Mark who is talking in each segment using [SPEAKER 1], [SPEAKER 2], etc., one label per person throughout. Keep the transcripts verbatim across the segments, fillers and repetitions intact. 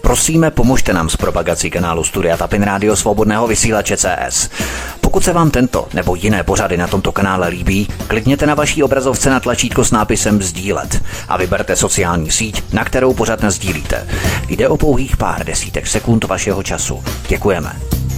[SPEAKER 1] Prosíme, pomožte nám s propagací kanálu Studia Tapin Rádio Svobodného vysílače C S. Pokud se vám tento nebo jiné pořady na tomto kanále líbí, klikněte na vaší obrazovce na tlačítko s nápisem sdílet a vyberte sociální síť, na kterou pořad nasdílíte. Jde o pouhých pár desítek sekund vašeho času. Děkujeme.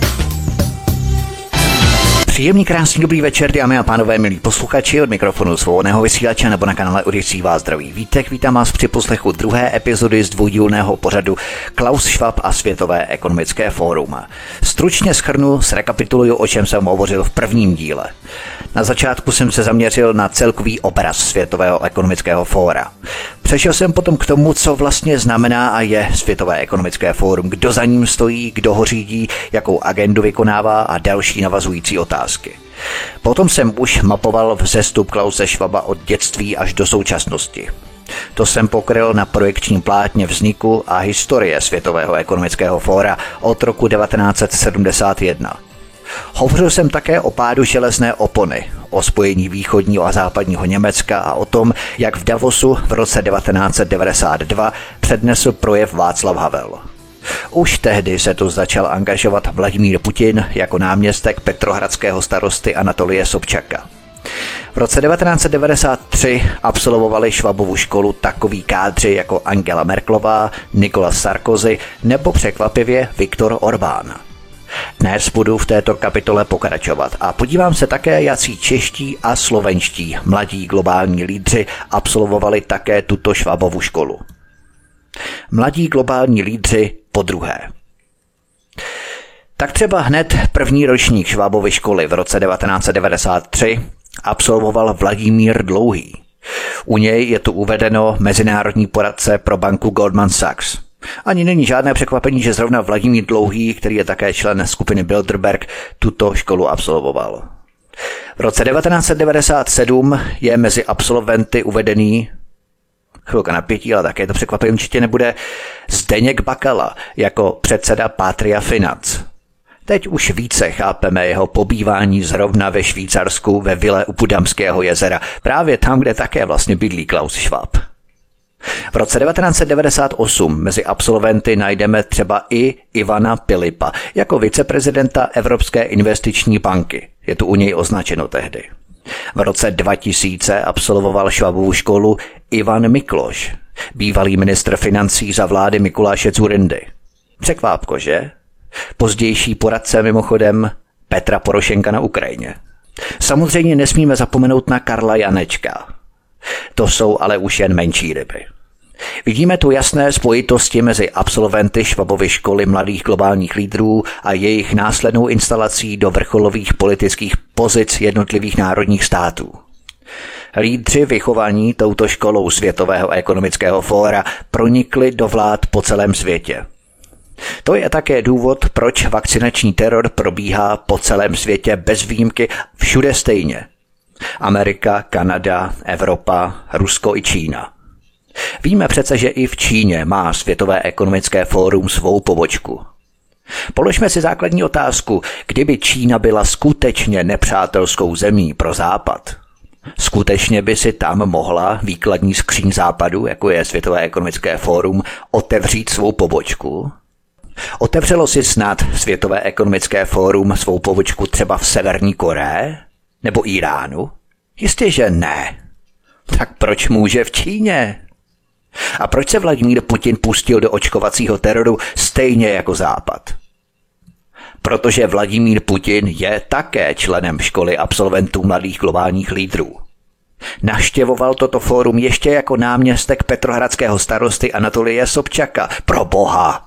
[SPEAKER 1] Příjemný, krásný, dobrý večer, dámy a pánové, milí posluchači, od mikrofonu Svobodného vysílače nebo na kanále Odyssey vás zdraví Vítek. Vítám vás při poslechu druhé epizody z dvoudílného pořadu Klaus Schwab a Světové ekonomické fórum. Stručně shrnu, zrekapituluju, o čem jsem hovořil v prvním díle. Na začátku jsem se zaměřil na celkový obraz Světového ekonomického fóra. Přešel jsem potom k tomu, co vlastně znamená a je Světové ekonomické fórum, kdo za ním stojí, kdo ho řídí, jakou agendu vykonává a další navazující otázky. Potom jsem už mapoval vzestup Klause Schwaba od dětství až do současnosti. To jsem pokryl na projekčním plátně vzniku a historie Světového ekonomického fóra od roku devatenáct set sedmdesát jedna. Hovořil jsem také o pádu železné opony, o spojení východního a západního Německa a o tom, jak v Davosu v roce devatenáct set devadesát dva přednesl projev Václav Havel. Už tehdy se tu začal angažovat Vladimír Putin jako náměstek petrohradského starosty Anatolie Sobčaka. V roce devatenáct set devadesát tři absolvovali Schwabovu školu takoví kádři jako Angela Merkelová, Nicolas Sarkozy nebo překvapivě Viktor Orbán. Dnes budu v této kapitole pokračovat a podívám se také, jací čeští a slovenští mladí globální lídři absolvovali také tuto Schwabovu školu. Mladí globální lídři podruhé. Tak třeba hned první ročník Schwabovy školy v roce devatenáct set devadesát tři absolvoval Vladimír Dlouhý. U něj je tu uvedeno mezinárodní poradce pro banku Goldman Sachs. Ani není žádné překvapení, že zrovna Vladimír Dlouhý, který je také člen skupiny Bilderberg, tuto školu absolvoval. V roce devatenáct set devadesát sedm je mezi absolventy uvedený, chvilka napětí, ale také to překvapení určitě nebude, Zdeněk Bakala jako předseda Patria Finance. Teď už více chápeme jeho pobývání zrovna ve Švýcarsku ve vile u Pudamského jezera, právě tam, kde také vlastně bydlí Klaus Schwab. V roce devatenáct set devadesát osm mezi absolventy najdeme třeba i Ivana Pilipa jako viceprezidenta Evropské investiční banky. Je tu u něj označeno tehdy. V roce dva tisíce absolvoval Schwabovu školu Ivan Mikloš, bývalý ministr financí za vlády Mikuláše Dzurindy. Překvápko, že? Pozdější poradce mimochodem Petra Porošenka na Ukrajině. Samozřejmě nesmíme zapomenout na Karla Janečka. To jsou ale už jen menší ryby. Vidíme tu jasné spojitosti mezi absolventy Schwabovy školy mladých globálních lídrů a jejich následnou instalací do vrcholových politických pozic jednotlivých národních států. Lídři vychovaní touto školou Světového ekonomického fóra pronikli do vlád po celém světě. To je také důvod, proč vakcinační teror probíhá po celém světě bez výjimky všude stejně. Amerika, Kanada, Evropa, Rusko i Čína. Víme přece, že i v Číně má Světové ekonomické fórum svou pobočku. Položme si základní otázku, kdyby Čína byla skutečně nepřátelskou zemí pro Západ. Skutečně by si tam mohla výkladní skříň Západu, jako je Světové ekonomické fórum, otevřít svou pobočku? Otevřelo si snad Světové ekonomické fórum svou pobočku třeba v Severní Koreji? Nebo Iránu? Jistě, že ne. Tak proč může v Číně? A proč se Vladimír Putin pustil do očkovacího teroru stejně jako Západ? Protože Vladimír Putin je také členem školy absolventů mladých globálních lídrů. Navštěvoval toto fórum ještě jako náměstek petrohradského starosty Anatolie Sobčaka. Pro boha!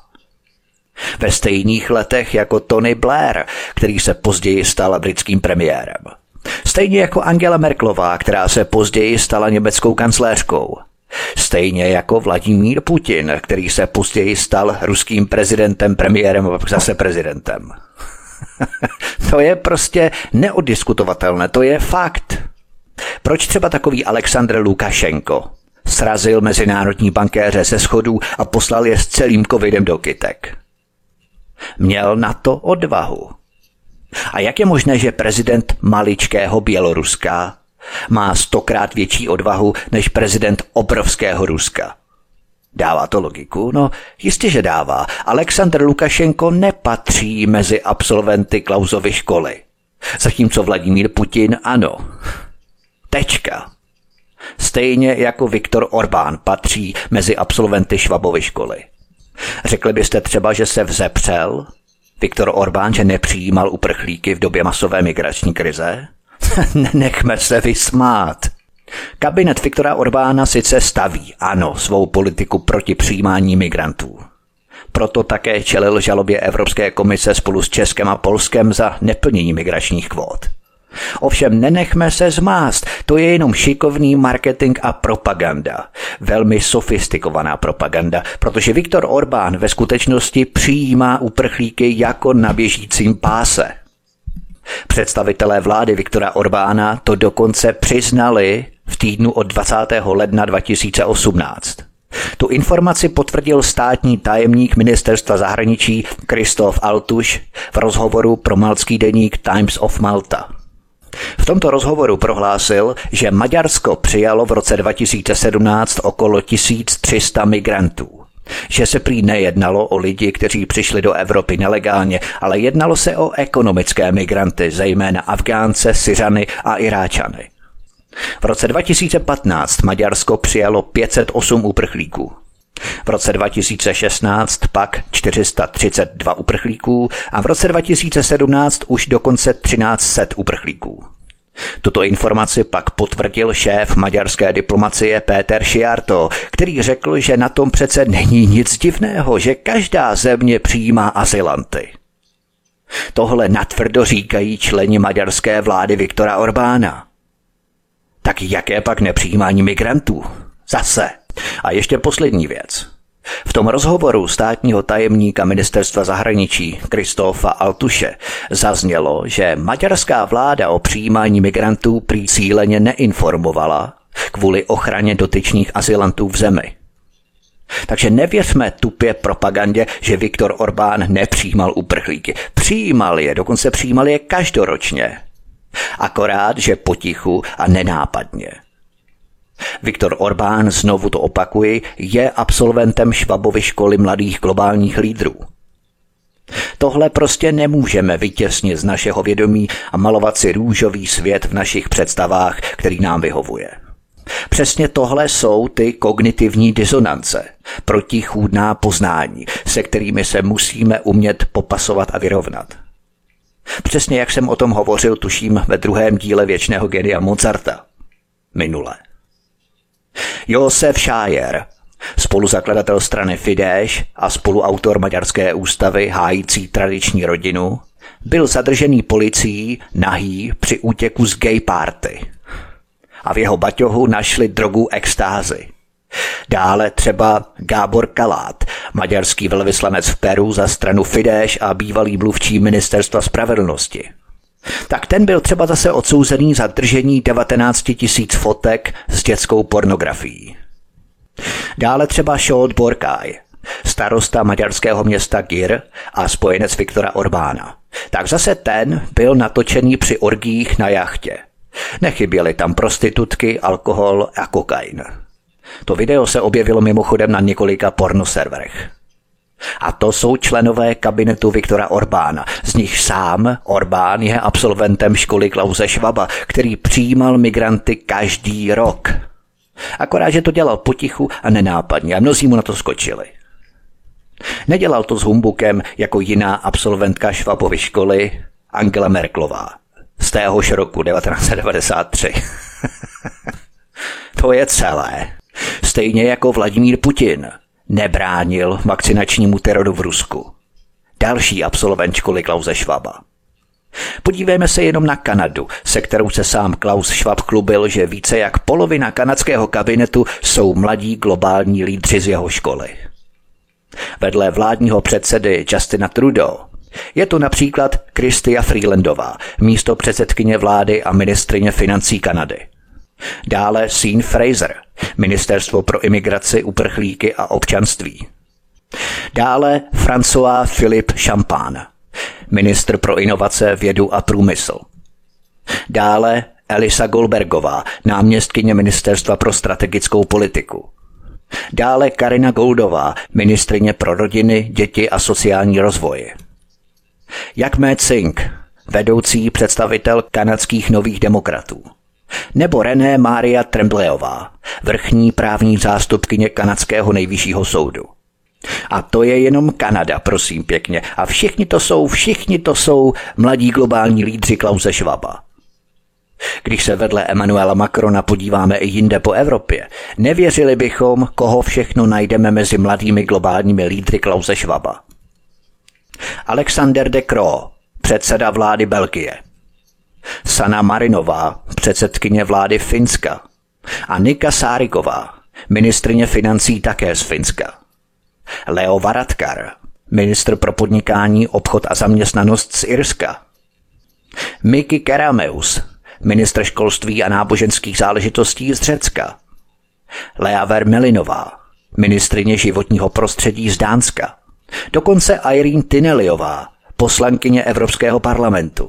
[SPEAKER 1] Ve stejných letech jako Tony Blair, který se později stal britským premiérem. Stejně jako Angela Merkelová, která se později stala německou kancléřkou. Stejně jako Vladimír Putin, který se později stal ruským prezidentem, premiérem a pak zase prezidentem. To je prostě neoddiskutovatelné, to je fakt. Proč třeba takový Alexandr Lukašenko srazil mezinárodní bankéře ze schodů a poslal je s celým covidem do kytek? Měl na to odvahu. A jak je možné, že prezident maličkého Běloruska má stokrát větší odvahu než prezident obrovského Ruska? Dává to logiku? No, jistě, že dává. Alexandr Lukašenko nepatří mezi absolventy Klausovy školy. Zatímco Vladimír Putin ano. Tečka. Stejně jako Viktor Orbán patří mezi absolventy Švabovy školy. Řekli byste třeba, že se vzepřel Viktor Orbán, že nepřijímal uprchlíky v době masové migrační krize? Nechme se vysmát. Kabinet Viktora Orbána sice staví, ano, svou politiku proti přijímání migrantů. Proto také čelil žalobě Evropské komise spolu s Českem a Polskem za neplnění migračních kvót. Ovšem nenechme se zmást, to je jenom šikovný marketing a propaganda. Velmi sofistikovaná propaganda, protože Viktor Orbán ve skutečnosti přijímá uprchlíky jako na běžícím páse. Představitelé vlády Viktora Orbána to dokonce přiznali v týdnu od dvacátého ledna dva tisíce osmnáct. Tu informaci potvrdil státní tajemník ministerstva zahraničí Kristof Altuš v rozhovoru pro maltský deník Times of Malta. V tomto rozhovoru prohlásil, že Maďarsko přijalo v roce dva tisíce sedmnáct okolo tisíc tři sta migrantů. Že se prý nejednalo o lidi, kteří přišli do Evropy nelegálně, ale jednalo se o ekonomické migranty, zejména Afgánce, Syřany a Iráčany. V roce dva tisíce patnáct Maďarsko přijalo pět set osm uprchlíků. V roce dva tisíce šestnáct pak čtyři sta třicet dva uprchlíků a v roce dva tisíce sedmnáct už dokonce třináct set uprchlíků. Tuto informaci pak potvrdil šéf maďarské diplomacie Péter Szijjártó, který řekl, že na tom přece není nic divného, že každá země přijímá azylanty. Tohle natvrdo říkají členi maďarské vlády Viktora Orbána. Tak jaké pak nepřijímání migrantů? Zase. A ještě poslední věc. V tom rozhovoru státního tajemníka ministerstva zahraničí Kristofa Altuše zaznělo, že maďarská vláda o přijímání migrantů prý cíleně neinformovala kvůli ochraně dotyčných azylantů v zemi. Takže nevěřme tupě propagandě, že Viktor Orbán nepřijímal uprchlíky. Přijímal je, dokonce přijímal je každoročně. Akorát, že potichu a nenápadně. Viktor Orbán, znovu to opakuji, je absolventem Švabovy školy mladých globálních lídrů. Tohle prostě nemůžeme vytěsnit z našeho vědomí a malovat si růžový svět v našich představách, který nám vyhovuje. Přesně tohle jsou ty kognitivní disonance, protichůdná poznání, se kterými se musíme umět popasovat a vyrovnat. Přesně jak jsem o tom hovořil, tuším, ve druhém díle Věčného genia Mozarta. Minule. Josef Schayer, spoluzakladatel strany Fidesz a spoluautor maďarské ústavy hájící tradiční rodinu, byl zadržený policií nahý při útěku z gay party. A v jeho baťohu našli drogu extázy. Dále třeba Gábor Kalát, maďarský velvyslanec v Peru za stranu Fidesz a bývalý mluvčí ministerstva spravedlnosti. Tak ten byl třeba zase odsouzený za držení devatenáct tisíc fotek s dětskou pornografií. Dále třeba Zsolt Borkai, starosta maďarského města Győr a spojenec Viktora Orbána. Tak zase ten byl natočený při orgiích na jachtě. Nechyběly tam prostitutky, alkohol a kokain. To video se objevilo mimochodem na několika pornoserverech. A to jsou členové kabinetu Viktora Orbána. Z nich sám Orbán je absolventem školy Klause Schwaba, který přijímal migranty každý rok. Akorát, že to dělal potichu a nenápadně a mnozí mu na to skočili. Nedělal to s humbukem jako jiná absolventka Schwabovy školy Angela Merkelová z téhož roku devatenáct set devadesát tři. To je celé. Stejně jako Vladimír Putin nebránil vakcinačnímu teroru v Rusku. Další absolvent školy Klause Schwaba. Podívejme se jenom na Kanadu, se kterou se sám Klaus Schwab chlubil, že více jak polovina kanadského kabinetu jsou mladí globální lídři z jeho školy. Vedle vládního předsedy Justina Trudeau je to například Chrystia Freelandová, místopředsedkyně vlády a ministryně financí Kanady. Dále Sean Fraser, Ministerstvo pro imigraci, uprchlíky a občanství. Dále François Philippe Champagne, ministr pro inovace, vědu a průmysl. Dále Elisa Goldbergová, náměstkyně Ministerstva pro strategickou politiku. Dále Karina Goldová, ministryně pro rodiny, děti a sociální rozvoj. Jagmeet Singh, vedoucí představitel kanadských nových demokratů. Nebo René Mária Tremblayová, vrchní právní zástupkyně kanadského nejvyššího soudu. A to je jenom Kanada, prosím pěkně. A všichni to jsou, všichni to jsou mladí globální lídři Klause Schwaba. Když se vedle Emmanuela Macrona podíváme i jinde po Evropě, nevěřili bychom, koho všechno najdeme mezi mladými globálními lídry Klause Schwaba. Alexander De Croo, předseda vlády Belgie. Sanna Marinová, předsedkyně vlády Finska. A Nika Sáriková, ministryně financí také z Finska. Leo Varadkar, ministr pro podnikání, obchod a zaměstnanost z Irska. Miki Kerameus, ministr školství a náboženských záležitostí z Řecka. Lea Vermelinová, ministryně životního prostředí z Dánska. Dokonce Irene Tineliová, poslankyně Evropského parlamentu.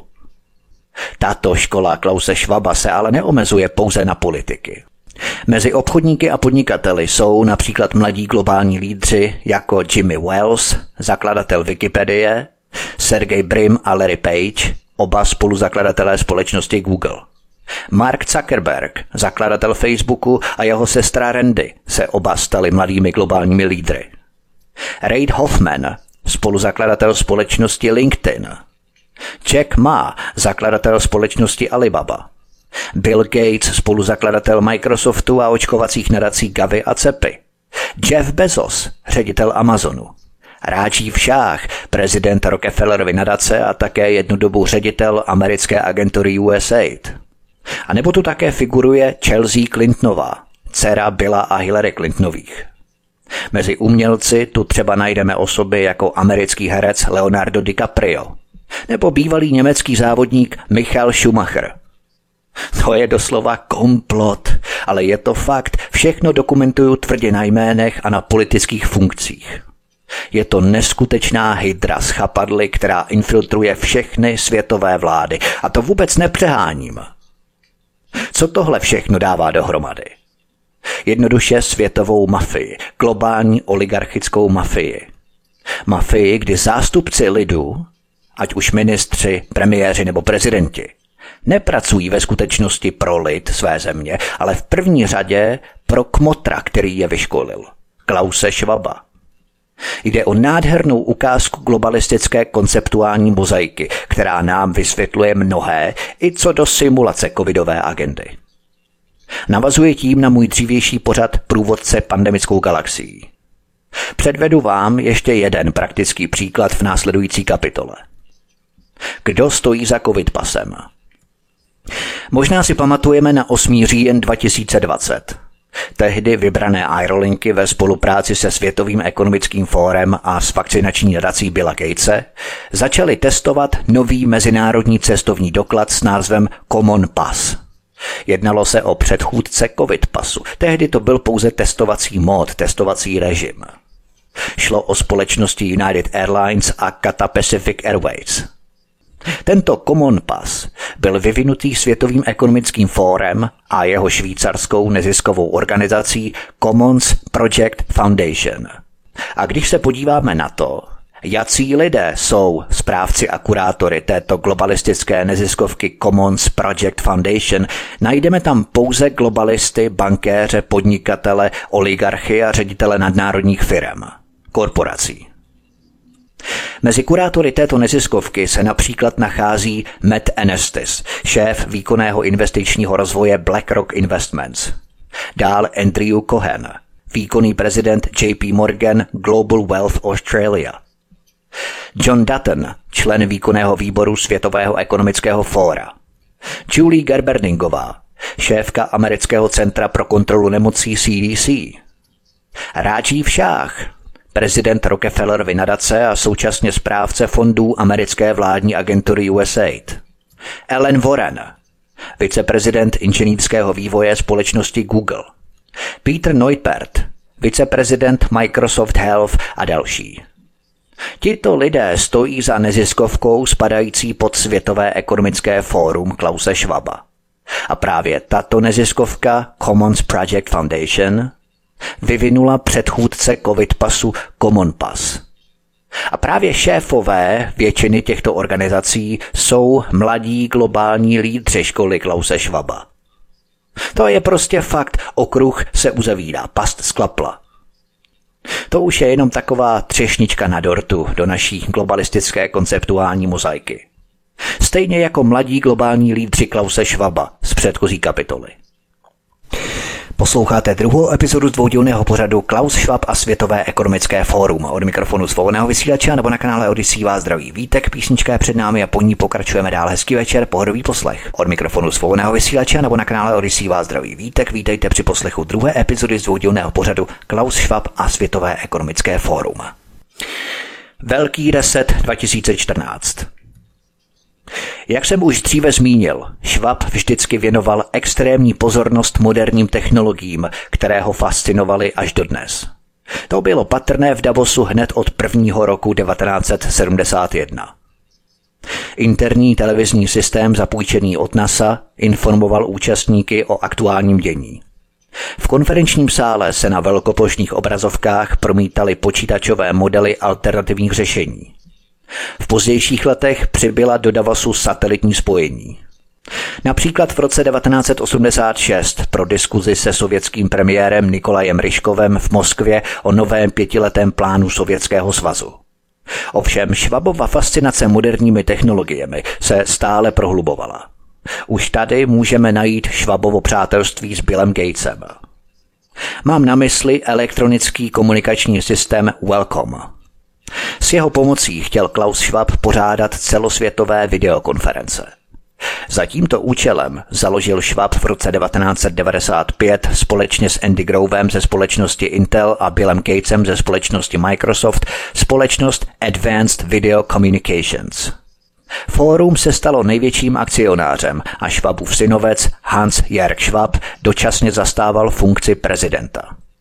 [SPEAKER 1] Tato škola Klause Schwaba se ale neomezuje pouze na politiky. Mezi obchodníky a podnikateli jsou například mladí globální lídři jako Jimmy Wales, zakladatel Wikipedie, Sergey Brin a Larry Page, oba spoluzakladatelé společnosti Google. Mark Zuckerberg, zakladatel Facebooku, a jeho sestra Randy se oba stali mladými globálními lídry. Reid Hoffman, spoluzakladatel společnosti LinkedIn. Jack Ma, zakladatel společnosti Alibaba. Bill Gates, spoluzakladatel Microsoftu a očkovacích nadací Gavi a Cepy. Jeff Bezos, ředitel Amazonu. Rajiv Shah, prezident Rockefellerovy nadace a také jednu dobu ředitel americké agentury U S A I D. A nebo tu také figuruje Chelsea Clintonová, dcera Billa a Hillary Clintonových. Mezi umělci tu třeba najdeme osoby jako americký herec Leonardo DiCaprio nebo bývalý německý závodník Michael Schumacher. To je doslova komplot, ale je to fakt, všechno dokumentuju tvrdě na jménech a na politických funkcích. Je to neskutečná hydra z chapadly, která infiltruje všechny světové vlády. A to vůbec nepřeháním. Co tohle všechno dává dohromady? Jednoduše světovou mafii, globální oligarchickou mafii. Mafii, kdy zástupci lidu, ať už ministři, premiéři nebo prezidenti, nepracují ve skutečnosti pro lid své země, ale v první řadě pro kmotra, který je vyškolil. Klause Schwaba. Jde o nádhernou ukázku globalistické konceptuální mozaiky, která nám vysvětluje mnohé i co do simulace covidové agendy. Navazuje tím na můj dřívější pořad Průvodce pandemickou galaxií. Předvedu vám ještě jeden praktický příklad v následující kapitole. Kdo stojí za covid pasem? Možná si pamatujeme na osmého října dva tisíce dvacet. Tehdy vybrané aerolinky ve spolupráci se Světovým ekonomickým fórem a s vakcinační nadací Billa Gatese začaly testovat nový mezinárodní cestovní doklad s názvem Common Pass. Jednalo se o předchůdce covid pasu. Tehdy to byl pouze testovací mód, testovací režim. Šlo o společnosti United Airlines a Cathay Pacific Airways. Tento Common Pass byl vyvinutý Světovým ekonomickým fórem a jeho švýcarskou neziskovou organizací Commons Project Foundation. A když se podíváme na to, jací lidé jsou správci a kurátory této globalistické neziskovky Commons Project Foundation, najdeme tam pouze globalisty, bankéře, podnikatele, oligarchy a ředitele nadnárodních firem, korporací. Mezi kurátory této neziskovky se například nachází Matt Enestis, šéf výkonného investičního rozvoje BlackRock Investments. Dál Andrew Cohen, výkonný prezident J P Morgan Global Wealth Australia. John Dutton, člen výkonného výboru Světového ekonomického fóra. Julie Gerberdingová, šéfka amerického centra pro kontrolu nemocí C D C. Rajiv Shah, prezident Rockefellerovy nadace a současně správce fondů americké vládní agentury U S A I D. Ellen Warren, viceprezident inženýrského vývoje společnosti Google. Peter Neupert, viceprezident Microsoft Health a další. Tito lidé stojí za neziskovkou spadající pod Světové ekonomické fórum Klause Schwaba. A právě tato neziskovka Commons Project Foundation vyvinula předchůdce covid pasu Common Pass. A právě šéfové většiny těchto organizací jsou mladí globální lídři školy Klause Schwaba. To je prostě fakt, okruh se uzavírá, past sklapla. To už je jenom taková třešnička na dortu do naší globalistické konceptuální mozaiky. Stejně jako mladí globální lídři Klause Schwaba z předchozí kapitoly. Posloucháte druhou epizodu z dvoudílného pořadu Klaus Schwab a Světové ekonomické fórum. Od mikrofonu svobodného vysílače nebo na kanále Odyssey vás zdraví Vítek, písnička je před námi a po ní pokračujeme dál. Hezký večer, pohodový poslech. Od mikrofonu svobodného vysílače nebo na kanále Odyssey vás zdraví Vítek, vítejte při poslechu druhé epizody z dvoudílného pořadu Klaus Schwab a Světové ekonomické fórum. Velký reset dva tisíce čtrnáct. Jak jsem už dříve zmínil, Schwab vždycky věnoval extrémní pozornost moderním technologiím, které ho fascinovaly až dodnes. To bylo patrné v Davosu hned od prvního roku devatenáct set sedmdesát jedna. Interní televizní systém zapůjčený od NASA informoval účastníky o aktuálním dění. V konferenčním sále se na velkoplošných obrazovkách promítaly počítačové modely alternativních řešení. V pozdějších letech přibyla do Davosu satelitní spojení. Například v roce devatenáct set osmdesát šest pro diskuzi se sovětským premiérem Nikolajem Ryškovem v Moskvě o novém pětiletém plánu Sovětského svazu. Ovšem Schwabova fascinace moderními technologiemi se stále prohlubovala. Už tady můžeme najít Schwabovo přátelství s Billem Gatesem. Mám na mysli elektronický komunikační systém Welcome. S jeho pomocí chtěl Klaus Schwab pořádat celosvětové videokonference. Za tímto účelem založil Schwab v roce devatenáct set devadesát pět společně s Andy Grovem ze společnosti Intel a Billem Gatesem ze společnosti Microsoft společnost Advanced Video Communications. Fórum se stalo největším akcionářem a Schwabův synovec Hans-Jörg Schwab dočasně zastával funkci prezidenta.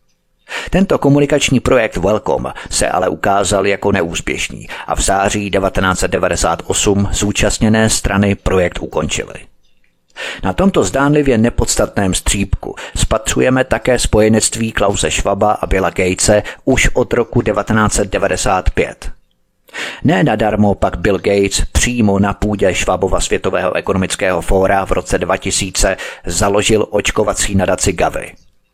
[SPEAKER 1] Tento komunikační projekt Welcome se ale ukázal jako neúspěšný a v září devatenáct set devadesát osm zúčastněné strany projekt ukončily. Na tomto zdánlivě nepodstatném střípku spatřujeme také spojenectví Klause Schwaba a Billa Gatese už od roku devatenáct set devadesát pět. Ne nadarmo pak Bill Gates přímo na půdě Schwabova Světového ekonomického fóra v roce dva tisíce založil očkovací nadaci Gavi.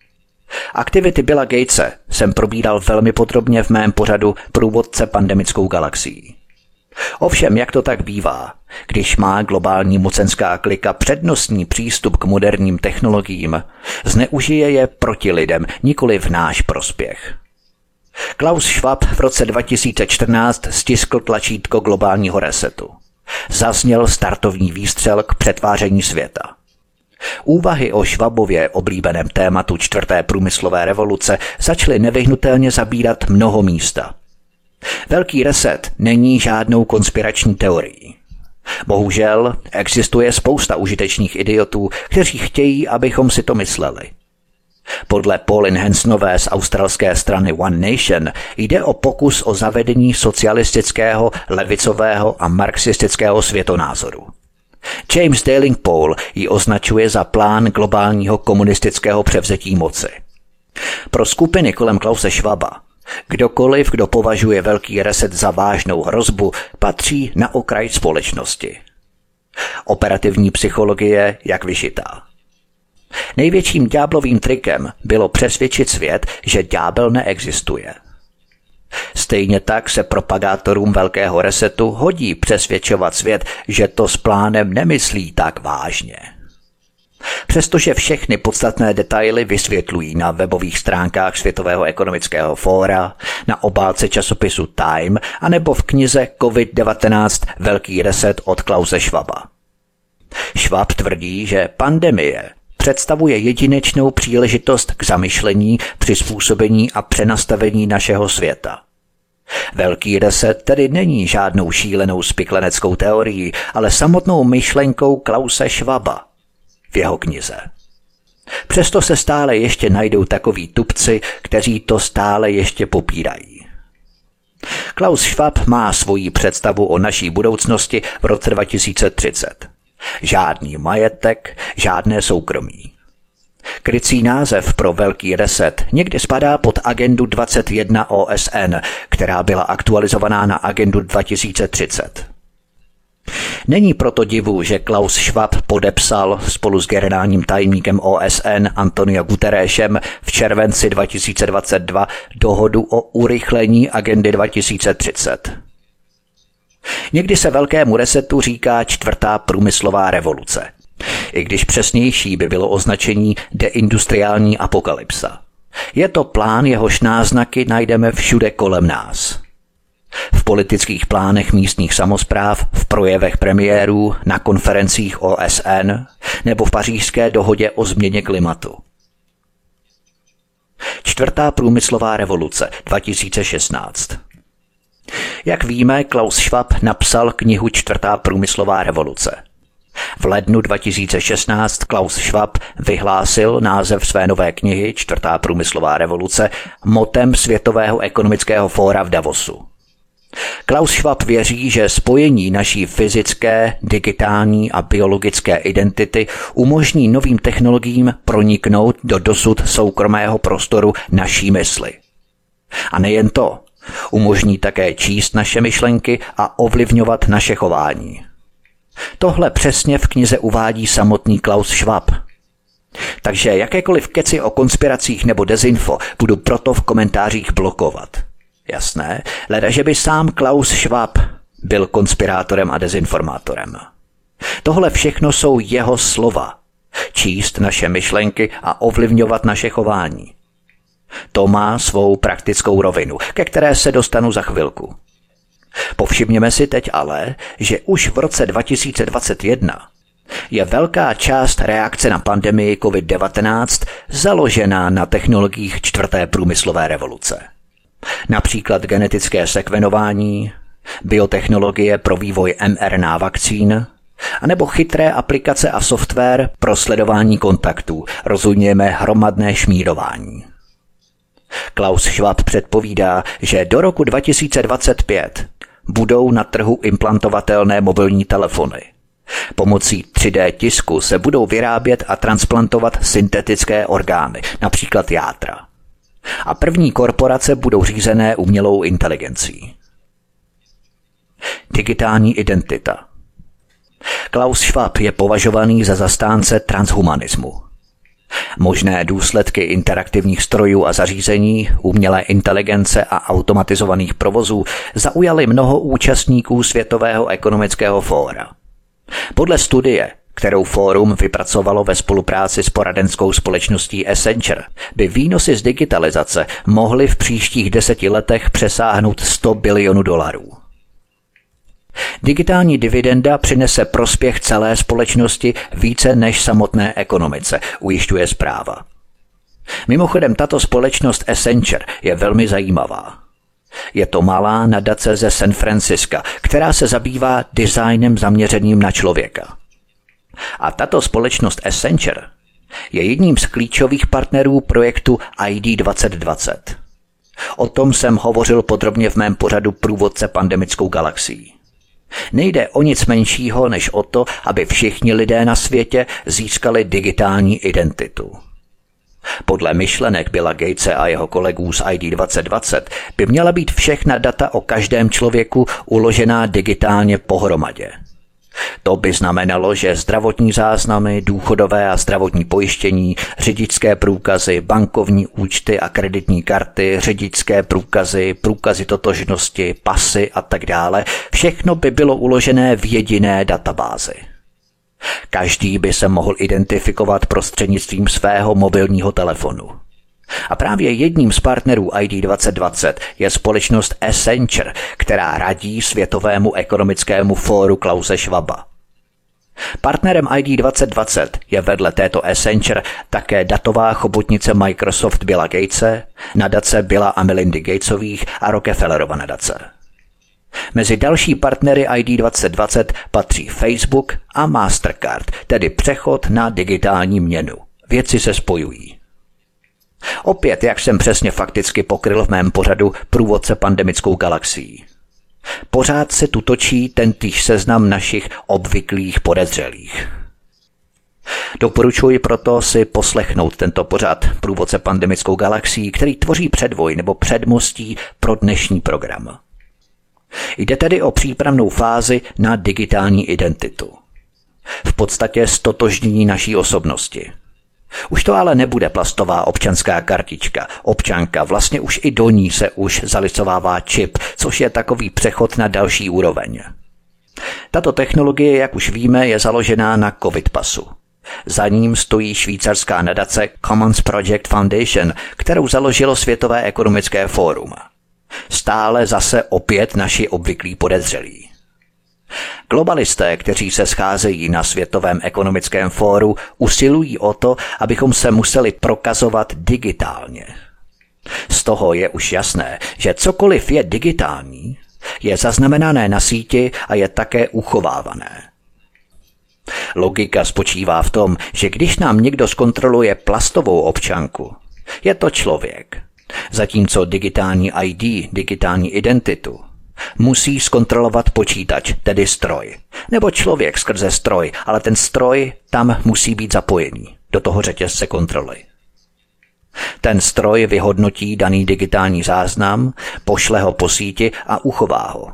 [SPEAKER 1] Aktivity Billa Gatese jsem probíral velmi podrobně v mém pořadu Průvodce pandemickou galaxií. Ovšem, jak to tak bývá, když má globální mocenská klika přednostní přístup k moderním technologiím, zneužije je proti lidem, nikoli v náš prospěch. Klaus Schwab v roce dva tisíce čtrnáct stiskl tlačítko globálního resetu. Zazněl startovní výstřel k přetváření světa. Úvahy o Schwabově oblíbeném tématu čtvrté průmyslové revoluce začaly nevyhnutelně zabírat mnoho místa. Velký reset není žádnou konspirační teorií. Bohužel existuje spousta užitečných idiotů, kteří chtějí, abychom si to mysleli. Podle Pauline Hansonové z australské strany One Nation jde o pokus o zavedení socialistického, levicového a marxistického světonázoru. James Dalrymple ji označuje za plán globálního komunistického převzetí moci. Pro skupiny kolem Klause Schwaba kdokoliv, kdo považuje velký reset za vážnou hrozbu, patří na okraj společnosti. Operativní psychologie jak vyšitá. Největším ďáblovým trikem bylo přesvědčit svět, že ďábel neexistuje. Stejně tak se propagátorům velkého resetu hodí přesvědčovat svět, že to s plánem nemyslí tak vážně. Přestože všechny podstatné detaily vysvětlují na webových stránkách Světového ekonomického fóra, na obálce časopisu Time anebo v knize covid devatenáct Velký reset od Klause Schwaba. Schwab tvrdí, že pandemie představuje jedinečnou příležitost k zamyšlení, přizpůsobení a přenastavení našeho světa. Velký reset tedy není žádnou šílenou spikleneckou teorií, ale samotnou myšlenkou Klause Schwaba v jeho knize. Přesto se stále ještě najdou takoví tupci, kteří to stále ještě popírají. Klaus Schwab má svoji představu o naší budoucnosti v roce dva tisíce třicet. Žádný majetek, žádné soukromí. Krycí název pro Velký reset někdy spadá pod agendu dvacet jedna O S N, která byla aktualizovaná na agendu dva tisíce třicet. Není proto divu, že Klaus Schwab podepsal spolu s generálním tajemníkem O S N Antonio Guterresem v červenci dva tisíce dvacet dva dohodu o urychlení agendy dva tisíce třicet. Někdy se velkému resetu říká čtvrtá průmyslová revoluce, i když přesnější by bylo označení deindustriální apokalypsa. Je to plán, jehož náznaky najdeme všude kolem nás. V politických plánech místních samospráv, v projevech premiérů, na konferencích O S N nebo v pařížské dohodě o změně klimatu. Čtvrtá průmyslová revoluce dva tisíce šestnáct. Jak víme, Klaus Schwab napsal knihu Čtvrtá průmyslová revoluce. V lednu dva tisíce šestnáct Klaus Schwab vyhlásil název své nové knihy Čtvrtá průmyslová revoluce motem Světového ekonomického fóra v Davosu. Klaus Schwab věří, že spojení naší fyzické, digitální a biologické identity umožní novým technologiím proniknout do dosud soukromého prostoru naší mysli. A nejen to, umožní také číst naše myšlenky a ovlivňovat naše chování. Tohle přesně v knize uvádí samotný Klaus Schwab. Takže jakékoliv keci o konspiracích nebo dezinfo budu proto v komentářích blokovat. Jasné, leda, že by sám Klaus Schwab byl konspirátorem a dezinformátorem. Tohle všechno jsou jeho slova. Číst naše myšlenky a ovlivňovat naše chování. To má svou praktickou rovinu, ke které se dostanu za chvilku. Povšimněme si teď ale, že už v roce dva tisíce dvacet jedna je velká část reakce na pandemii covid devatenáct založená na technologiích čtvrté průmyslové revoluce. Například genetické sekvenování, biotechnologie pro vývoj em er en á vakcín, anebo chytré aplikace a software pro sledování kontaktů, rozumíme hromadné šmírování. Klaus Schwab předpovídá, že do roku dva tisíce dvacet pět budou na trhu implantovatelné mobilní telefony. Pomocí tři dé tisku se budou vyrábět a transplantovat syntetické orgány, například játra. A první korporace budou řízené umělou inteligencí. Digitální identita. Klaus Schwab je považovaný za zastánce transhumanismu. Možné důsledky interaktivních strojů a zařízení, umělé inteligence a automatizovaných provozů zaujaly mnoho účastníků Světového ekonomického fóra. Podle studie, kterou fórum vypracovalo ve spolupráci s poradenskou společností Accenture, by výnosy z digitalizace mohly v příštích deseti letech přesáhnout sto bilionů dolarů. Digitální dividenda přinese prospěch celé společnosti více než samotné ekonomice, ujišťuje zpráva. Mimochodem, tato společnost Accenture je velmi zajímavá. Je to malá nadace ze San Francisca, která se zabývá designem zaměřeným na člověka. A tato společnost Accenture je jedním z klíčových partnerů projektu I D dvacet dvacet. O tom jsem hovořil podrobně v mém pořadu Průvodce pandemickou galaxií. Nejde o nic menšího než o to, aby všichni lidé na světě získali digitální identitu. Podle myšlenek Billa Gatese a jeho kolegů z I D dvacet dvacet by měla být všechna data o každém člověku uložená digitálně pohromadě. To by znamenalo, že zdravotní záznamy, důchodové a zdravotní pojištění, řidičské průkazy, bankovní účty a kreditní karty, řidičské průkazy, průkazy totožnosti, pasy a tak dále, všechno by bylo uložené v jediné databázi. Každý by se mohl identifikovat prostřednictvím svého mobilního telefonu. A právě jedním z partnerů I D dvacet dvacet je společnost Accenture, která radí Světovému ekonomickému fóru Klause Schwaba. Partnerem I D dvacet dvacet je vedle této Accenture také datová chobotnice Microsoft Billa Gatese, nadace Billa a Melindy Gatesových a Rockefellerova nadace. Mezi další partnery I D dvacet dvacet patří Facebook a Mastercard, tedy přechod na digitální měnu. Věci se spojují. Opět, jak jsem přesně fakticky pokryl v mém pořadu Průvodce pandemickou galaxií. Pořád se tu točí tentýž seznam našich obvyklých podezřelých. Doporučuji proto si poslechnout tento pořad Průvodce pandemickou galaxií, který tvoří předvoj nebo předmostí pro dnešní program. Jde tedy o přípravnou fázi na digitální identitu. V podstatě ztotožnění naší osobnosti. Už to ale nebude plastová občanská kartička, občanka, vlastně už i do ní se už zalicovává čip, což je takový přechod na další úroveň. Tato technologie, jak už víme, je založená na COVID pasu. Za ním stojí švýcarská nadace Commons Project Foundation, kterou založilo Světové ekonomické fórum. Stále zase opět naši obvyklí podezřelí. Globalisté, kteří se scházejí na Světovém ekonomickém fóru, usilují o to, abychom se museli prokazovat digitálně. Z toho je už jasné, že cokoliv je digitální, je zaznamenané na síti a je také uchovávané. Logika spočívá v tom, že když nám někdo zkontroluje plastovou občanku, je to člověk, zatímco digitální I D, digitální identitu, musí zkontrolovat počítač, tedy stroj. Nebo člověk skrze stroj, ale ten stroj tam musí být zapojený do toho řetězce kontroly. Ten stroj vyhodnotí daný digitální záznam, pošle ho po síti a uchová ho.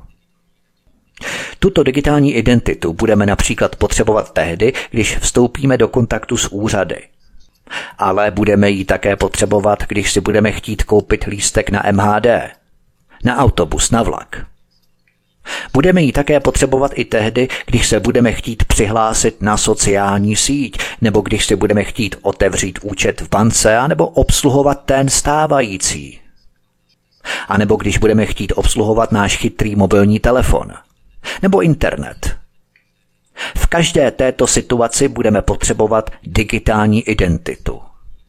[SPEAKER 1] Tuto digitální identitu budeme například potřebovat tehdy, když vstoupíme do kontaktu s úřady. Ale budeme ji také potřebovat, když si budeme chtít koupit lístek na M H D, na autobus, na vlak. Budeme ji také potřebovat i tehdy, když se budeme chtít přihlásit na sociální síť, nebo když si budeme chtít otevřít účet v bance, anebo obsluhovat ten stávající. A nebo když budeme chtít obsluhovat náš chytrý mobilní telefon. Nebo internet. V každé této situaci budeme potřebovat digitální identitu.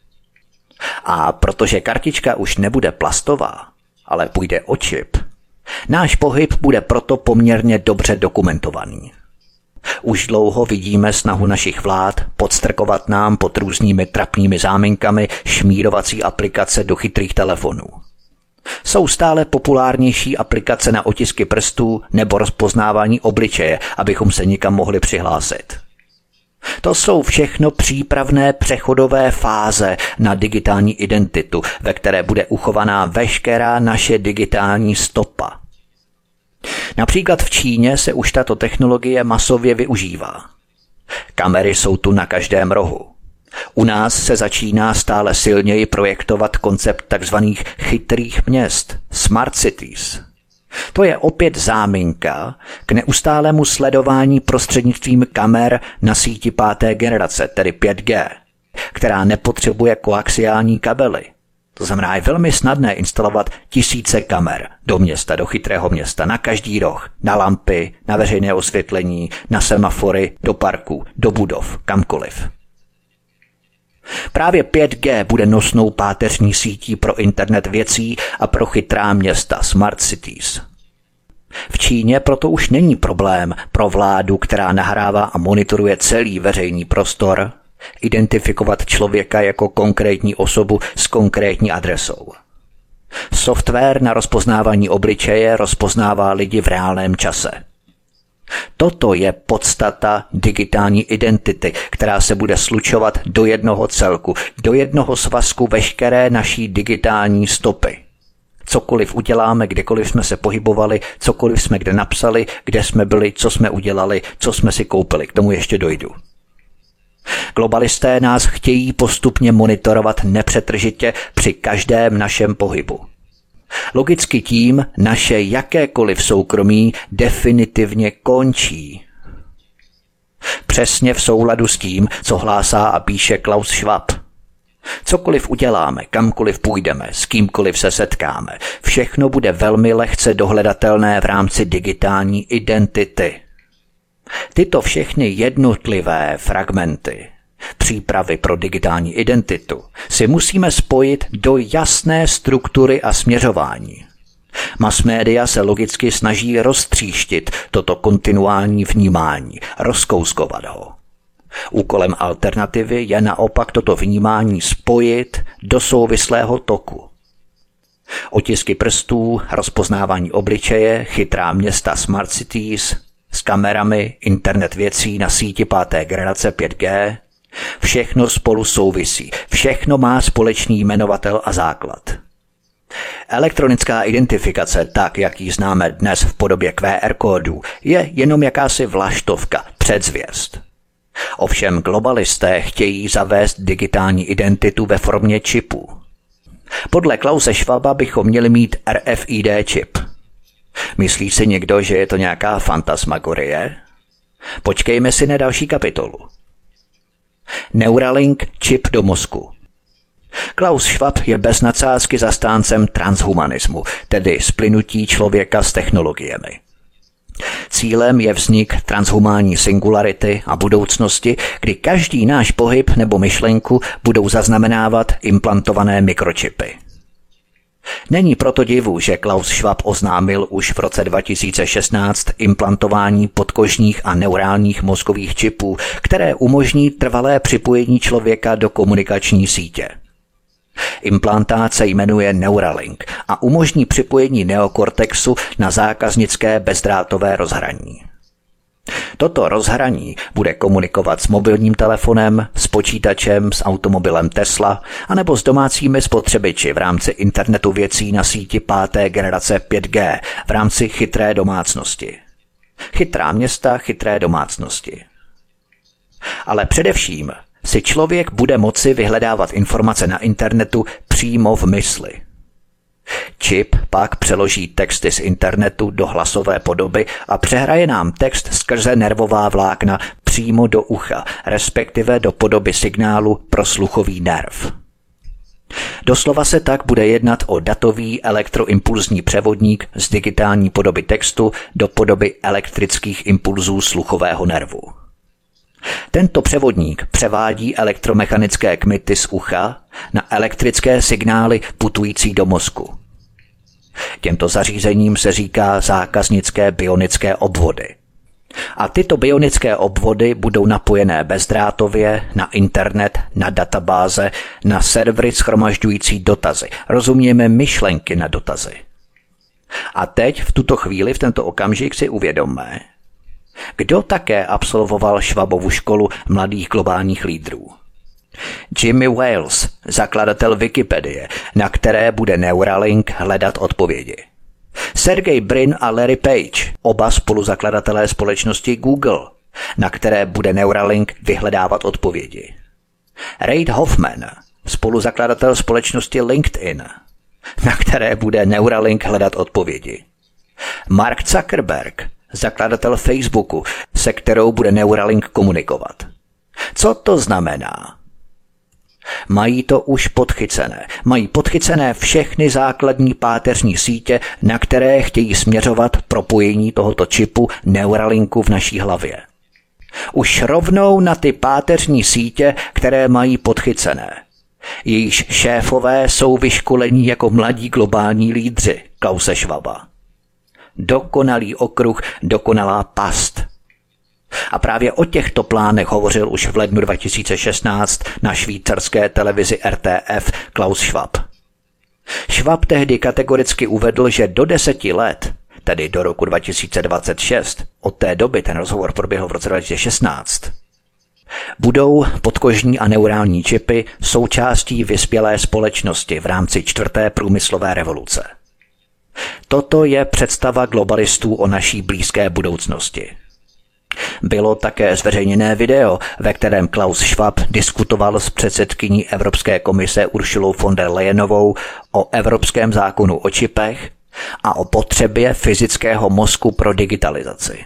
[SPEAKER 1] A protože kartička už nebude plastová, ale půjde o čip, náš pohyb bude proto poměrně dobře dokumentovaný. Už dlouho vidíme snahu našich vlád podstrkovat nám pod různými trapnými záminkami šmírovací aplikace do chytrých telefonů. Jsou stále populárnější aplikace na otisky prstů nebo rozpoznávání obličeje, abychom se někam mohli přihlásit. To jsou všechno přípravné přechodové fáze na digitální identitu, ve které bude uchovaná veškerá naše digitální stopa. Například v Číně se už tato technologie masově využívá. Kamery jsou tu na každém rohu. U nás se začíná stále silněji projektovat koncept tzv. Chytrých měst, smart cities. To je opět záminka k neustálému sledování prostřednictvím kamer na síti páté generace, tedy pět G, která nepotřebuje koaxiální kabely. To znamená, je velmi snadné instalovat tisíce kamer do města, do chytrého města, na každý roh, na lampy, na veřejné osvětlení, na semafory, do parků, do budov, kamkoliv. Právě pět G bude nosnou páteřní sítí pro internet věcí a pro chytrá města, smart cities. V Číně proto už není problém pro vládu, která nahrává a monitoruje celý veřejný prostor, identifikovat člověka jako konkrétní osobu s konkrétní adresou. Software na rozpoznávání obličeje rozpoznává lidi v reálném čase. Toto je podstata digitální identity, která se bude slučovat do jednoho celku, do jednoho svazku veškeré naší digitální stopy. Cokoliv uděláme, kdekoliv jsme se pohybovali, cokoliv jsme kde napsali, kde jsme byli, co jsme udělali, co jsme si koupili, k tomu ještě dojdu. Globalisté nás chtějí postupně monitorovat nepřetržitě při každém našem pohybu. Logicky tím naše jakékoliv soukromí definitivně končí. Přesně v souladu s tím, co hlásá a píše Klaus Schwab. Cokoliv uděláme, kamkoliv půjdeme, s kýmkoliv se setkáme, všechno bude velmi lehce dohledatelné v rámci digitální identity. Tyto všechny jednotlivé fragmenty přípravy pro digitální identitu si musíme spojit do jasné struktury a směřování. Masmédia se logicky snaží roztříštit toto kontinuální vnímání, rozkouskovat ho. Úkolem alternativy je naopak toto vnímání spojit do souvislého toku. Otisky prstů, rozpoznávání obličeje, chytrá města smart cities, s kamerami, internet věcí na síti páté generace pět G, Všechno spolu souvisí, všechno má společný jmenovatel a základ. Elektronická identifikace, tak jak ji známe dnes v podobě Q R kódů, je jenom jakási vlaštovka, předzvěst. Ovšem globalisté chtějí zavést digitální identitu ve formě čipu. Podle Klause Schwaba bychom měli mít R F I D čip. Myslí si někdo, že je to nějaká fantasmagorie? Počkejme si na další kapitolu. Neuralink čip do mozku. Klaus Schwab je bez nadsázky zastáncem transhumanismu, tedy splynutí člověka s technologiemi. Cílem je vznik transhumánní singularity a budoucnosti, kdy každý náš pohyb nebo myšlenku budou zaznamenávat implantované mikročipy. Není proto divu, že Klaus Schwab oznámil už v roce dva tisíce šestnáct implantování podkožních a neurálních mozkových čipů, které umožní trvalé připojení člověka do komunikační sítě. Implantát se jmenuje Neuralink a umožní připojení neokortexu na zákaznické bezdrátové rozhraní. Toto rozhraní bude komunikovat s mobilním telefonem, s počítačem, s automobilem Tesla anebo s domácími spotřebiči v rámci internetu věcí na síti páté generace pět G v rámci chytré domácnosti. Chytrá města, chytré domácnosti. Ale především si člověk bude moci vyhledávat informace na internetu přímo v mysli. Čip pak přeloží texty z internetu do hlasové podoby a přehraje nám text skrze nervová vlákna přímo do ucha, respektive do podoby signálu pro sluchový nerv. Doslova se tak bude jednat o datový elektroimpulzní převodník z digitální podoby textu do podoby elektrických impulzů sluchového nervu. Tento převodník převádí elektromechanické kmity z ucha na elektrické signály putující do mozku. Těmto zařízením se říká zákaznické bionické obvody. A tyto bionické obvody budou napojené bezdrátově na internet, na databáze, na servery shromažďující dotazy. Rozumíme myšlenky na dotazy. A teď v tuto chvíli, v tento okamžik si uvědomme, kdo také absolvoval Schwabovu školu mladých globálních lídrů. Jimmy Wales, zakladatel Wikipedie, na které bude Neuralink hledat odpovědi. Sergey Brin a Larry Page, oba spoluzakladatelé společnosti Google, na které bude Neuralink vyhledávat odpovědi. Reid Hoffman, spoluzakladatel společnosti LinkedIn, na které bude Neuralink hledat odpovědi. Mark Zuckerberg, zakladatel Facebooku, se kterou bude Neuralink komunikovat. Co to znamená? Mají to už podchycené. Mají podchycené všechny základní páteřní sítě, na které chtějí směřovat propojení tohoto čipu Neuralinku v naší hlavě. Už rovnou na ty páteřní sítě, které mají podchycené. Jejíž šéfové jsou vyškolení jako mladí globální lídři Klause Schwaba. Dokonalý okruh, dokonalá past. A právě o těchto plánech hovořil už v lednu dva tisíce šestnáct na švýcarské televizi R T F Klaus Schwab. Schwab tehdy kategoricky uvedl, že do deseti let, tedy do roku dva tisíce dvacet šest, od té doby ten rozhovor proběhl v roce dva tisíce šestnáct, budou podkožní a neurální čipy součástí vyspělé společnosti v rámci čtvrté průmyslové revoluce. Toto je představa globalistů o naší blízké budoucnosti. Bylo také zveřejněné video, ve kterém Klaus Schwab diskutoval s předsedkyní Evropské komise Ursulou von der Leyenovou o evropském zákonu o čipech a o potřebě fyzického mozku pro digitalizaci.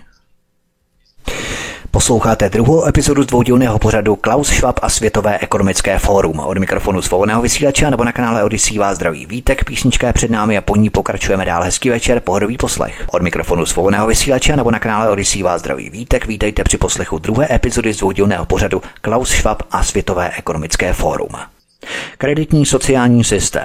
[SPEAKER 1] Posloucháte druhou epizodu dvoudílného pořadu Klaus Schwab a Světové ekonomické fórum. Od mikrofonu svobodného vysílače nebo na kanále Odyssey vás zdraví Vítek, písnička je před námi a po ní pokračujeme dál. Hezký večer, pohodový poslech. Od mikrofonu svobodného vysílače nebo na kanále Odyssey vás zdraví Vítek, vítejte při poslechu druhé epizody z dvoudílného pořadu Klaus Schwab a Světové ekonomické fórum. Kreditní sociální systém.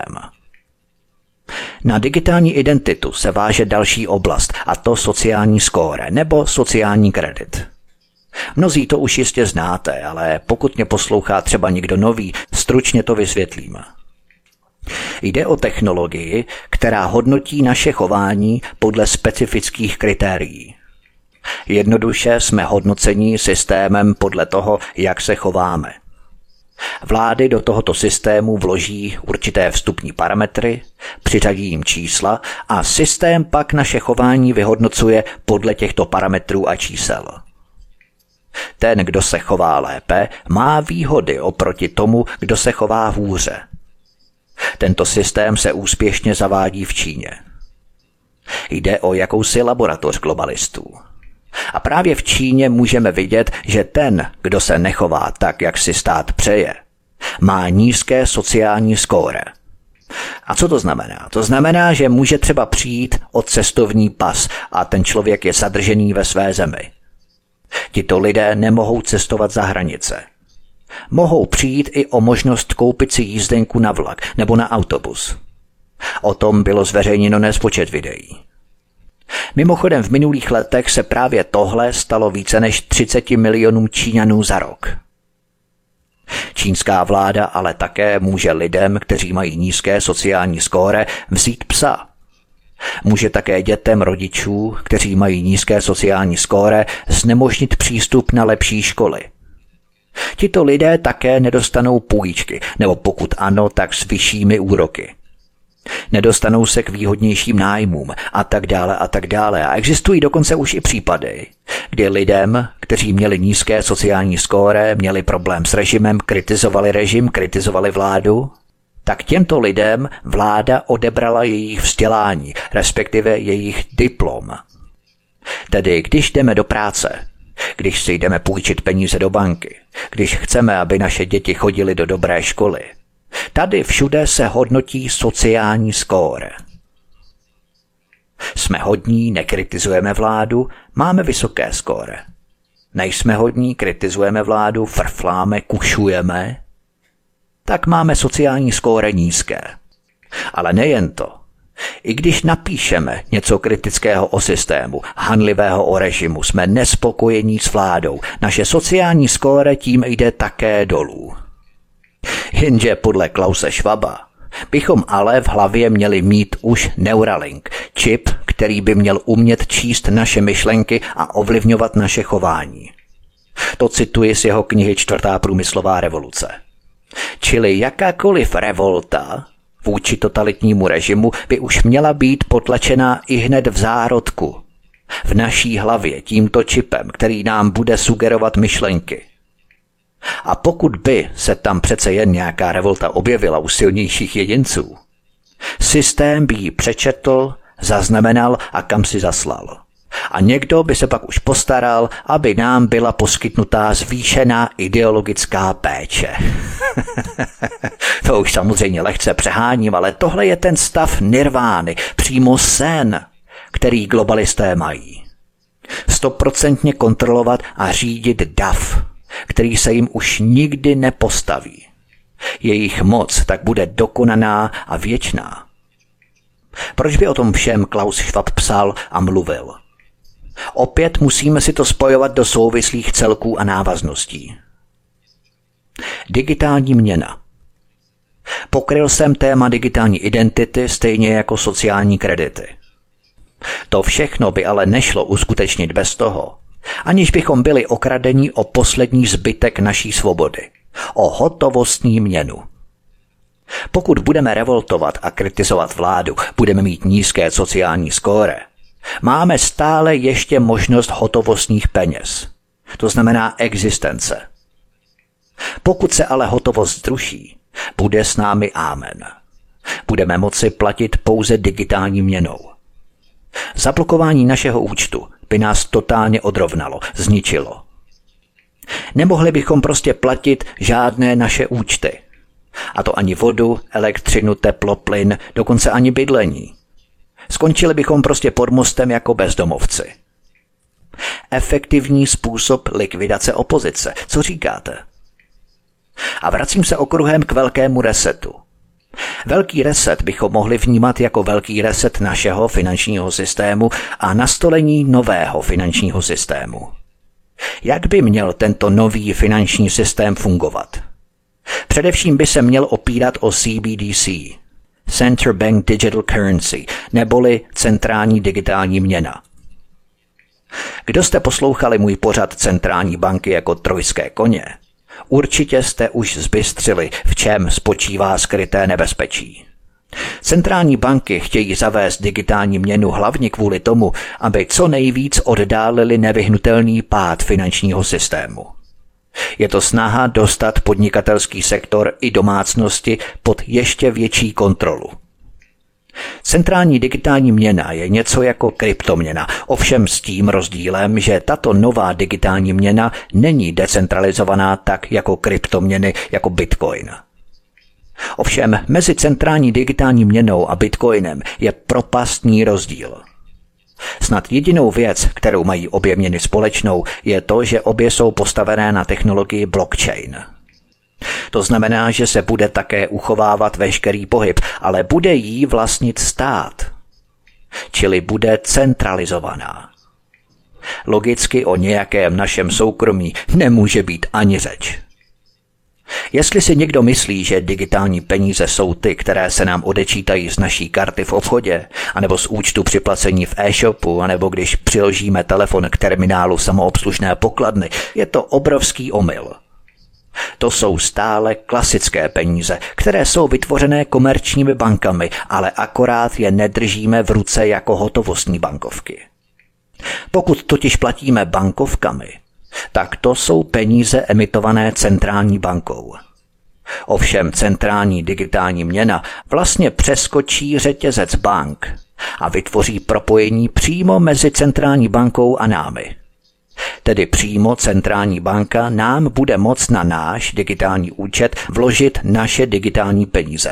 [SPEAKER 1] Na digitální identitu se váže další oblast, a to sociální skóre nebo sociální kredit. Mnozí to už jistě znáte, ale pokud mě poslouchá třeba někdo nový, stručně to vysvětlím. Jde o technologii, která hodnotí naše chování podle specifických kritérií. Jednoduše jsme hodnocení systémem podle toho, jak se chováme. Vlády do tohoto systému vloží určité vstupní parametry, přiřadí jim čísla a systém pak naše chování vyhodnocuje podle těchto parametrů a čísel. Ten, kdo se chová lépe, má výhody oproti tomu, kdo se chová hůře. Tento systém se úspěšně zavádí v Číně. Jde o jakousi laboratoř globalistů. A právě v Číně můžeme vidět, že ten, kdo se nechová tak, jak si stát přeje, má nízké sociální skóre. A co to znamená? To znamená, že může třeba přijít o cestovní pas a ten člověk je zadržený ve své zemi. Tito lidé nemohou cestovat za hranice. Mohou přijít i o možnost koupit si jízdenku na vlak nebo na autobus. O tom bylo zveřejněno nespočet videí. Mimochodem v minulých letech se právě tohle stalo více než třicet milionům Číňanů za rok. Čínská vláda ale také může lidem, kteří mají nízké sociální skóre, vzít psa. Může také dětem rodičů, kteří mají nízké sociální skóre, znemožnit přístup na lepší školy. Tito lidé také nedostanou půjčky, nebo pokud ano, tak s vyššími úroky. Nedostanou se k výhodnějším nájmům a tak dále a tak dále. A existují dokonce už i případy, kdy lidem, kteří měli nízké sociální skóre, měli problém s režimem, kritizovali režim, kritizovali vládu, tak těmto lidem vláda odebrala jejich vzdělání, respektive jejich diplom. Tedy když jdeme do práce, když si jdeme půjčit peníze do banky, když chceme, aby naše děti chodily do dobré školy, tady všude se hodnotí sociální skóre. Jsme hodní, nekritizujeme vládu, máme vysoké skóre. Nejsme hodní, kritizujeme vládu, frfláme, kušujeme, tak máme sociální skóre nízké. Ale nejen to. I když napíšeme něco kritického o systému, hanlivého o režimu, jsme nespokojení s vládou, naše sociální skóre tím jde také dolů. Jenže podle Klause Schwaba bychom ale v hlavě měli mít už Neuralink, čip, který by měl umět číst naše myšlenky a ovlivňovat naše chování. To cituji z jeho knihy Čtvrtá průmyslová revoluce. Čili jakákoliv revolta vůči totalitnímu režimu by už měla být potlačená i hned v zárodku. V naší hlavě tímto čipem, který nám bude sugerovat myšlenky. A pokud by se tam přece jen nějaká revolta objevila u silnějších jedinců, systém by ji přečetl, zaznamenal a kam si zaslal. A někdo by se pak už postaral, aby nám byla poskytnutá zvýšená ideologická péče. To už samozřejmě lehce přeháním, ale tohle je ten stav nirvány, přímo sen, který globalisté mají. Stoprocentně kontrolovat a řídit dav, který se jim už nikdy nepostaví. Jejich moc tak bude dokonaná a věčná. Proč by o tom všem Klaus Schwab psal a mluvil? Opět musíme si to spojovat do souvislých celků a návazností. Digitální měna. Pokryl jsem téma digitální identity stejně jako sociální kredity. To všechno by ale nešlo uskutečnit bez toho, aniž bychom byli okradeni o poslední zbytek naší svobody, o hotovostní měnu. Pokud budeme revoltovat a kritizovat vládu, budeme mít nízké sociální skóre, máme stále ještě možnost hotovostních peněz. To znamená existence. Pokud se ale hotovost zruší, bude s námi amen. Budeme moci platit pouze digitální měnou. Zablokování našeho účtu by nás totálně odrovnalo, zničilo. Nemohli bychom prostě platit žádné naše účty. A to ani vodu, elektřinu, teplo, plyn, dokonce ani bydlení. Skončili bychom prostě pod mostem jako bezdomovci. Efektivní způsob likvidace opozice. Co říkáte? A vracím se okruhem k velkému resetu. Velký reset bychom mohli vnímat jako velký reset našeho finančního systému a nastolení nového finančního systému. Jak by měl tento nový finanční systém fungovat? Především by se měl opírat o C B D C, Central Bank Digital Currency, neboli centrální digitální měna. Kdo jste poslouchali můj pořad Centrální banky jako trojské koně, Určitě jste už zbystřili, v čem spočívá skryté nebezpečí. Centrální banky chtějí zavést digitální měnu hlavně kvůli tomu, aby co nejvíc oddálili nevyhnutelný pád finančního systému. Je to snaha dostat podnikatelský sektor i domácnosti pod ještě větší kontrolu. Centrální digitální měna je něco jako kryptoměna, ovšem s tím rozdílem, že tato nová digitální měna není decentralizovaná tak jako kryptoměny jako Bitcoin. Ovšem mezi centrální digitální měnou a Bitcoinem je propastní rozdíl. Snad jedinou věc, kterou mají obě měny společnou, je to, že obě jsou postavené na technologii blockchain. To znamená, že se bude také uchovávat veškerý pohyb, ale bude jí vlastnit stát. Čili bude centralizovaná. Logicky o nějakém našem soukromí nemůže být ani řeč. Jestli si někdo myslí, že digitální peníze jsou ty, které se nám odečítají z naší karty v obchodě, anebo z účtu při placení v e-shopu, anebo když přiložíme telefon k terminálu samoobslužné pokladny, je to obrovský omyl. To jsou stále klasické peníze, které jsou vytvořené komerčními bankami, ale akorát je nedržíme v ruce jako hotovostní bankovky. Pokud totiž platíme bankovkami, tak to jsou peníze emitované centrální bankou. Ovšem centrální digitální měna vlastně přeskočí řetězec bank a vytvoří propojení přímo mezi centrální bankou a námi. Tedy přímo centrální banka nám bude moct na náš digitální účet vložit naše digitální peníze.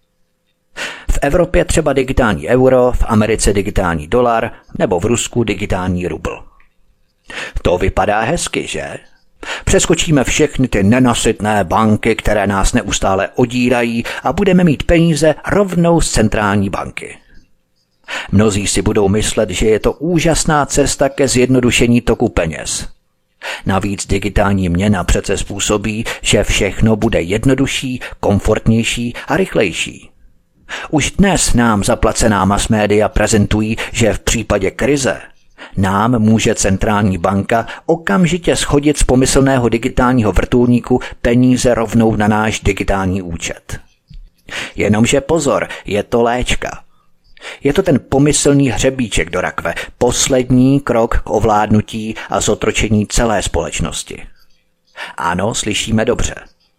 [SPEAKER 1] V Evropě třeba digitální euro, v Americe digitální dolar nebo v Rusku digitální rubl. To vypadá hezky, že? Přeskočíme všechny ty nenasytné banky, které nás neustále odírají a budeme mít peníze rovnou z centrální banky. Mnozí si budou myslet, že je to úžasná cesta ke zjednodušení toku peněz. Navíc digitální měna přece způsobí, že všechno bude jednodušší, komfortnější a rychlejší. Už dnes nám zaplacená masmédia prezentují, že v případě krize nám může centrální banka okamžitě shodit z pomyslného digitálního vrtulníku peníze rovnou na náš digitální účet. Jenomže pozor, je to léčka. Je to ten pomyslný hřebíček do rakve, poslední krok k ovládnutí a zotročení celé společnosti. Ano, slyšíme dobře.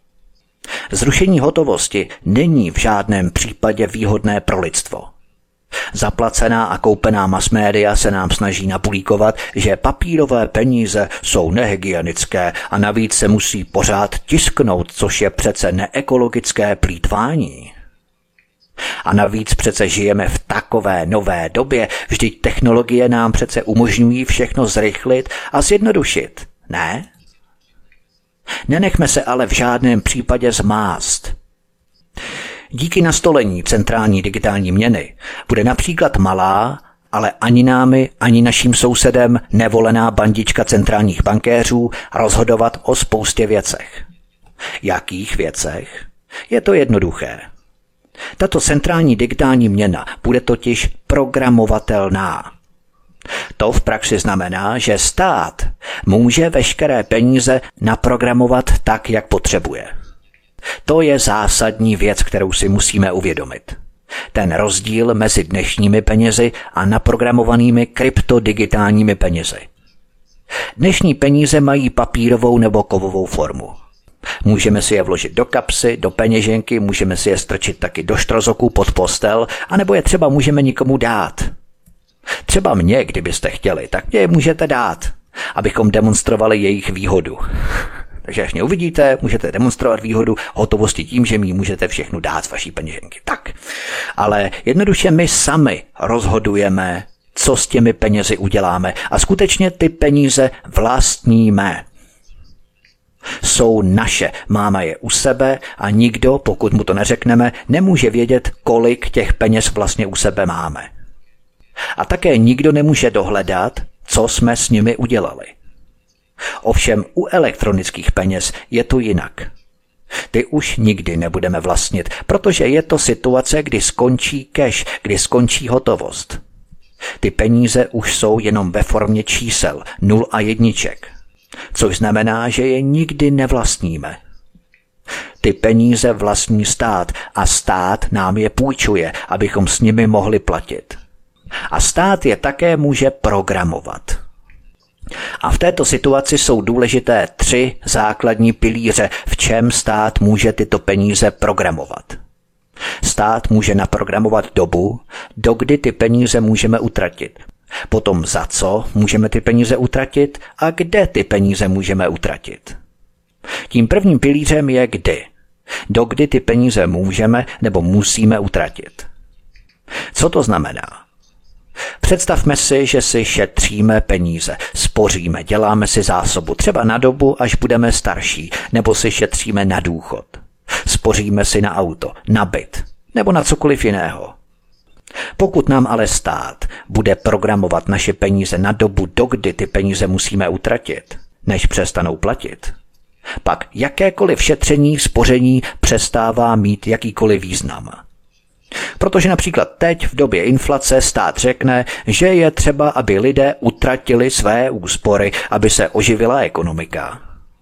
[SPEAKER 1] Zrušení hotovosti není v žádném případě výhodné pro lidstvo. Zaplacená a koupená masmédia se nám snaží napulíkovat, že papírové peníze jsou nehygienické a navíc se musí pořád tisknout, což je přece neekologické plýtvání. A navíc přece žijeme v takové nové době, vždyť technologie nám přece umožňují všechno zrychlit a zjednodušit, ne? Nenechme se ale v žádném případě zmást. Díky nastolení centrální digitální měny bude například malá, ale ani námi, ani naším sousedem nevolená bandička centrálních bankéřů rozhodovat o spoustě věcech. Jakých věcech? Je to jednoduché. Tato centrální digitální měna bude totiž programovatelná. To v praxi znamená, že stát může veškeré peníze naprogramovat tak, jak potřebuje. To je zásadní věc, kterou si musíme uvědomit. Ten rozdíl mezi dnešními penězi a naprogramovanými kryptodigitálními penězi. Dnešní peníze mají papírovou nebo kovovou formu. Můžeme si je vložit do kapsy, do peněženky, můžeme si je strčit taky do štrozoku pod postel, anebo je třeba můžeme nikomu dát. Třeba mě, kdybyste chtěli, tak mě je můžete dát, abychom demonstrovali jejich výhodu. Takže až mě uvidíte, můžete demonstrovat výhodu hotovosti tím, že mi můžete všechno dát z vaší peněženky. Tak, ale jednoduše my sami rozhodujeme, co s těmi penězi uděláme a skutečně ty peníze vlastníme. Jsou naše, máme je u sebe a nikdo, pokud mu to neřekneme, nemůže vědět, kolik těch peněz vlastně u sebe máme. A také nikdo nemůže dohledat, co jsme s nimi udělali. Ovšem u elektronických peněz je to jinak. Ty už nikdy nebudeme vlastnit, protože je to situace, kdy skončí cash, kdy skončí hotovost. Ty peníze už jsou jenom ve formě čísel, nul a jedniček. Což znamená, že je nikdy nevlastníme. Ty peníze vlastní stát a stát nám je půjčuje, abychom s nimi mohli platit. A stát je také může programovat. A v této situaci jsou důležité tři základní pilíře, v čem stát může tyto peníze programovat. Stát může naprogramovat dobu, dokdy ty peníze můžeme utratit. Potom za co můžeme ty peníze utratit a kde ty peníze můžeme utratit. Tím prvním pilířem je kdy. Dokdy ty peníze můžeme nebo musíme utratit. Co to znamená? Představme si, že si šetříme peníze, spoříme, děláme si zásobu, třeba na dobu, až budeme starší, nebo si šetříme na důchod. Spoříme si na auto, na byt, nebo na cokoliv jiného. Pokud nám ale stát bude programovat naše peníze na dobu, dokdy ty peníze musíme utratit, než přestanou platit, pak jakékoliv šetření, spoření přestává mít jakýkoliv význam. Protože například teď v době inflace stát řekne, že je třeba, aby lidé utratili své úspory, aby se oživila ekonomika.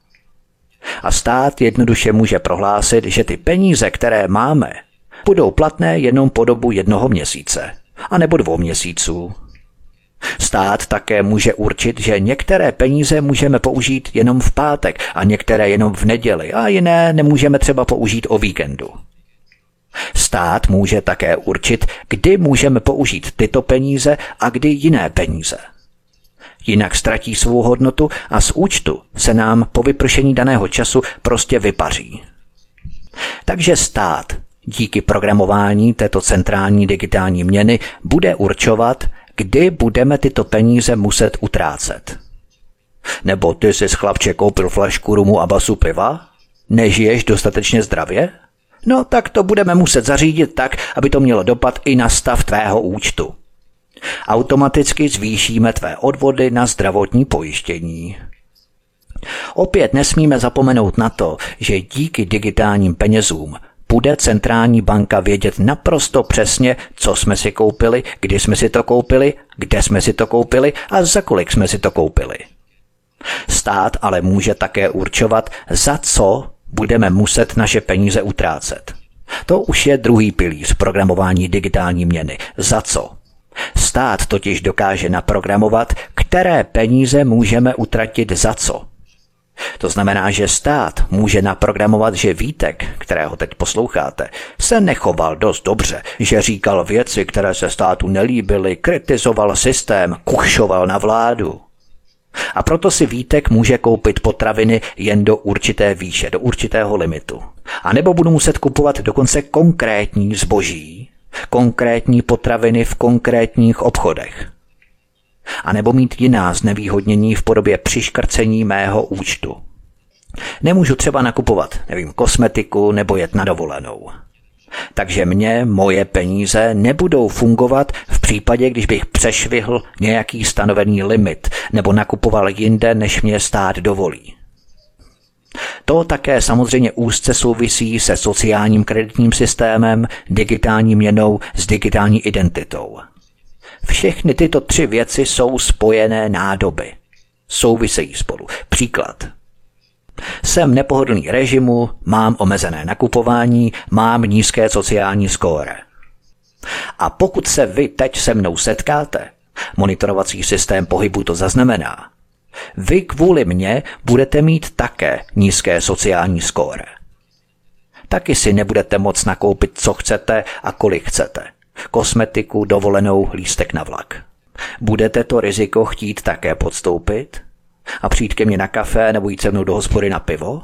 [SPEAKER 1] A stát jednoduše může prohlásit, že ty peníze, které máme, budou platné jenom po dobu jednoho měsíce, anebo dvou měsíců. Stát také může určit, že některé peníze můžeme použít jenom v pátek a některé jenom v neděli a jiné nemůžeme třeba použít o víkendu. Stát může také určit, kdy můžeme použít tyto peníze a kdy jiné peníze. Jinak ztratí svou hodnotu a z účtu se nám po vypršení daného času prostě vypaří. Takže stát díky programování této centrální digitální měny bude určovat, kdy budeme tyto peníze muset utrácet. Nebo ty jsi chlapče koupil flašku rumu a basu piva? Nežiješ dostatečně zdravě? No tak to budeme muset zařídit tak, aby to mělo dopad i na stav tvého účtu. Automaticky zvýšíme tvé odvody na zdravotní pojištění. Opět nesmíme zapomenout na to, že díky digitálním penězům bude centrální banka vědět naprosto přesně, co jsme si koupili, kdy jsme si to koupili, kde jsme si to koupili a za kolik jsme si to koupili. Stát ale může také určovat, za co budeme muset naše peníze utrácet. To už je druhý pilíř programování digitální měny. Za co? Stát totiž dokáže naprogramovat, které peníze můžeme utratit za co. To znamená, že stát může naprogramovat, že Vítek, kterého teď posloucháte, se nechoval dost dobře, že říkal věci, které se státu nelíbily, kritizoval systém, kušoval na vládu. A proto si Vítek může koupit potraviny jen do určité výše, do určitého limitu. A nebo budu muset kupovat dokonce konkrétní zboží, konkrétní potraviny v konkrétních obchodech. A nebo mít jiná znevýhodnění v podobě přiškrcení mého účtu. Nemůžu třeba nakupovat, nevím, kosmetiku nebo jet na dovolenou. Takže mě moje peníze nebudou fungovat v případě, když bych přešvihl nějaký stanovený limit nebo nakupoval jinde, než mě stát dovolí. To také samozřejmě úzce souvisí se sociálním kreditním systémem, digitální měnou, s digitální identitou. Všechny tyto tři věci jsou spojené nádoby. Souvisejí spolu. Příklad. Jsem nepohodlný režimu, mám omezené nakupování, mám nízké sociální skóre. A pokud se vy teď se mnou setkáte, monitorovací systém pohybu to zaznamená, vy kvůli mně budete mít také nízké sociální skóre. Taky si nebudete moct nakoupit, co chcete a kolik chcete. Kosmetiku, dovolenou, lístek na vlak. Budete to riziko chtít také podstoupit? A přijít ke mně na kafe nebo jít se mnou do hospody na pivo?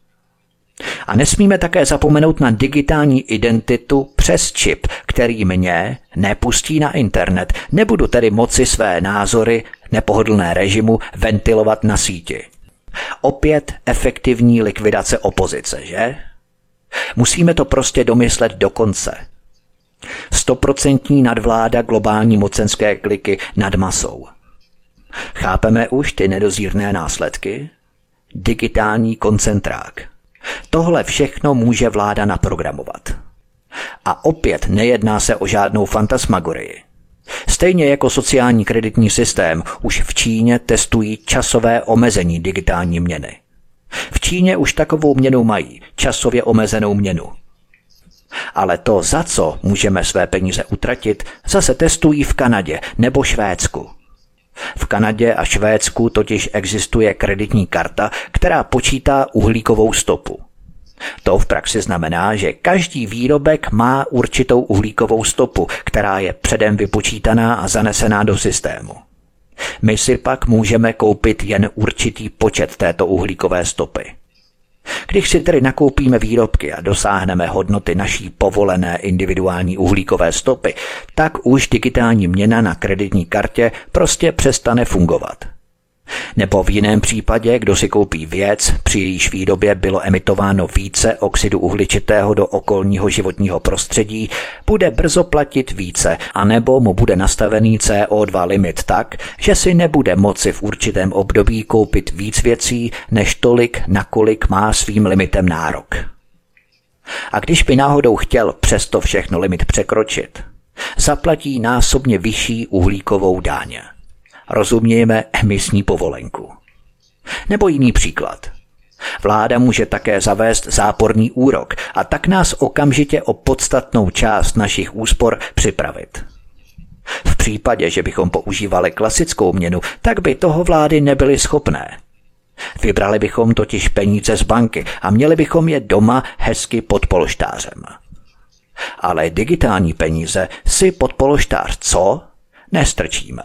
[SPEAKER 1] A nesmíme také zapomenout na digitální identitu přes čip, který mě nepustí na internet. Nebudu tedy moci své názory nepohodlné režimu ventilovat na síti. Opět efektivní likvidace opozice, že? Musíme to prostě domyslet do konce. Stoprocentní nadvláda globální mocenské kliky nad masou. Chápeme už ty nedozírné následky? Digitální koncentrák. Tohle všechno může vláda naprogramovat. A opět nejedná se o žádnou fantasmagorii. Stejně jako sociální kreditní systém, už v Číně testují časové omezení digitální měny. V Číně už takovou měnu mají, časově omezenou měnu. Ale to, za co můžeme své peníze utratit, zase testují v Kanadě nebo Švédsku. V Kanadě a Švédsku totiž existuje kreditní karta, která počítá uhlíkovou stopu. To v praxi znamená, že každý výrobek má určitou uhlíkovou stopu, která je předem vypočítaná a zanesená do systému. My si pak můžeme koupit jen určitý počet této uhlíkové stopy. Když si tedy nakoupíme výrobky a dosáhneme hodnoty naší povolené individuální uhlíkové stopy, tak už digitální měna na kreditní kartě prostě přestane fungovat. Nebo v jiném případě, kdo si koupí věc, při jejíž výrobě bylo emitováno více oxidu uhličitého do okolního životního prostředí, bude brzo platit více, anebo mu bude nastavený C O dva limit tak, že si nebude moci v určitém období koupit víc věcí, než tolik, nakolik má svým limitem nárok. A když by náhodou chtěl přesto všechno limit překročit, zaplatí násobně vyšší uhlíkovou daň. Rozumějme emisní povolenku. Nebo jiný příklad. Vláda může také zavést záporný úrok a tak nás okamžitě o podstatnou část našich úspor připravit. V případě, že bychom používali klasickou měnu, tak by toho vlády nebyly schopné. Vybrali bychom totiž peníze z banky a měli bychom je doma hezky pod polštářem. Ale digitální peníze si pod polštář co? Nestrčíme.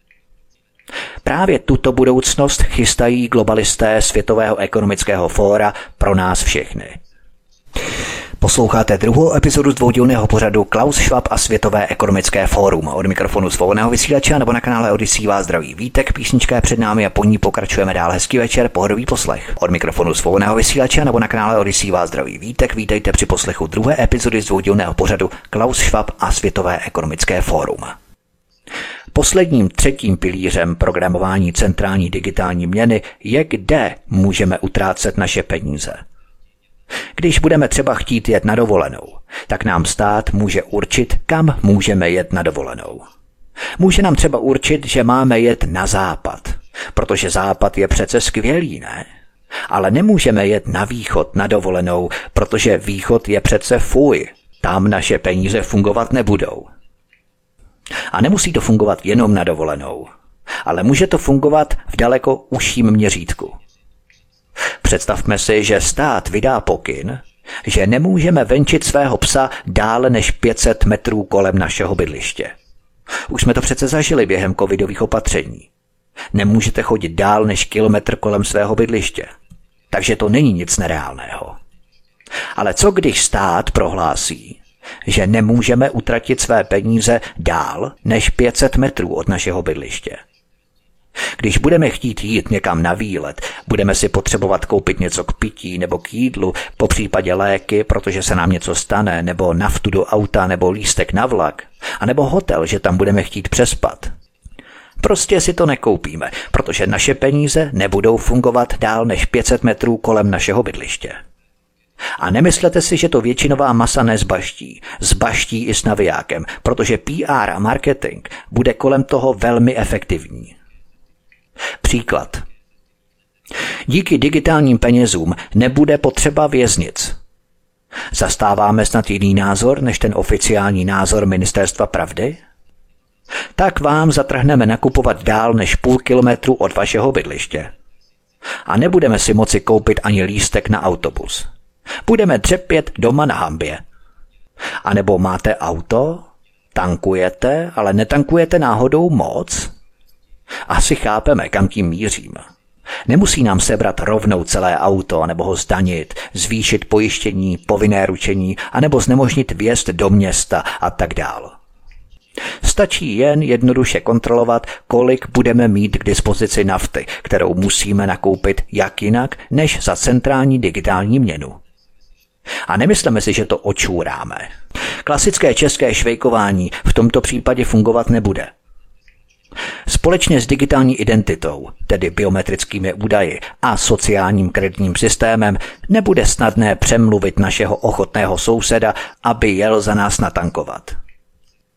[SPEAKER 1] Právě tuto budoucnost chystají globalisté Světového ekonomického fóra pro nás všechny. Posloucháte druhou epizodu dvoudílného pořadu Klaus Schwab a Světové ekonomické fórum. Od mikrofonu svobodného vysílače nebo na kanále Odyssey vás zdraví Vítek, písnička je před námi a po ní pokračujeme dál. Hezký večer, pohodový poslech. Od mikrofonu svobodného vysílače nebo na kanále Odyssey vás zdraví Vítek, vítejte při poslechu druhé epizody z dvoudílného pořadu Klaus Schwab a Světové ekonomické fórum. Posledním třetím pilířem programování centrální digitální měny je, kde můžeme utrácet naše peníze. Když budeme třeba chtít jet na dovolenou, tak nám stát může určit, kam můžeme jet na dovolenou. Může nám třeba určit, že máme jet na západ, protože západ je přece skvělý, ne? Ale nemůžeme jet na východ na dovolenou, protože východ je přece fuj, tam naše peníze fungovat nebudou. A nemusí to fungovat jenom na dovolenou, ale může to fungovat v daleko užším měřítku. Představme si, že stát vydá pokyn, že nemůžeme venčit svého psa dále než pět set metrů kolem našeho bydliště. Už jsme to přece zažili během covidových opatření. Nemůžete chodit dál než kilometr kolem svého bydliště. Takže to není nic nereálného. Ale co když stát prohlásí, že nemůžeme utratit své peníze dál než pět set metrů od našeho bydliště? Když budeme chtít jít někam na výlet, budeme si potřebovat koupit něco k pití nebo k jídlu, popřípadě léky, protože se nám něco stane, nebo naftu do auta, nebo lístek na vlak, anebo hotel, že tam budeme chtít přespat. Prostě si to nekoupíme, protože naše peníze nebudou fungovat dál než pět set metrů kolem našeho bydliště. A nemyslete si, že to většinová masa nezbaští. Zbaští i s navijákem, protože P R a marketing bude kolem toho velmi efektivní. Příklad. Díky digitálním penězům nebude potřeba věznic. Zastáváme snad jiný názor než ten oficiální názor Ministerstva pravdy? Tak vám zatrhneme nakupovat dál než půl kilometru od vašeho bydliště. A nebudeme si moci koupit ani lístek na autobus. Budeme dřepět doma na hambě. A nebo máte auto, tankujete, ale netankujete náhodou moc? Asi chápeme, kam tím mířím. Nemusí nám sebrat rovnou celé auto, nebo ho zdanit, zvýšit pojištění, povinné ručení, anebo znemožnit vjezd do města a tak dál. Stačí jen jednoduše kontrolovat, kolik budeme mít k dispozici nafty, kterou musíme nakoupit jak jinak, než za centrální digitální měnu. A nemyslíme si, že to očůráme. Klasické české švejkování v tomto případě fungovat nebude. Společně s digitální identitou, tedy biometrickými údaji a sociálním kreditním systémem, nebude snadné přemluvit našeho ochotného souseda, aby jel za nás natankovat.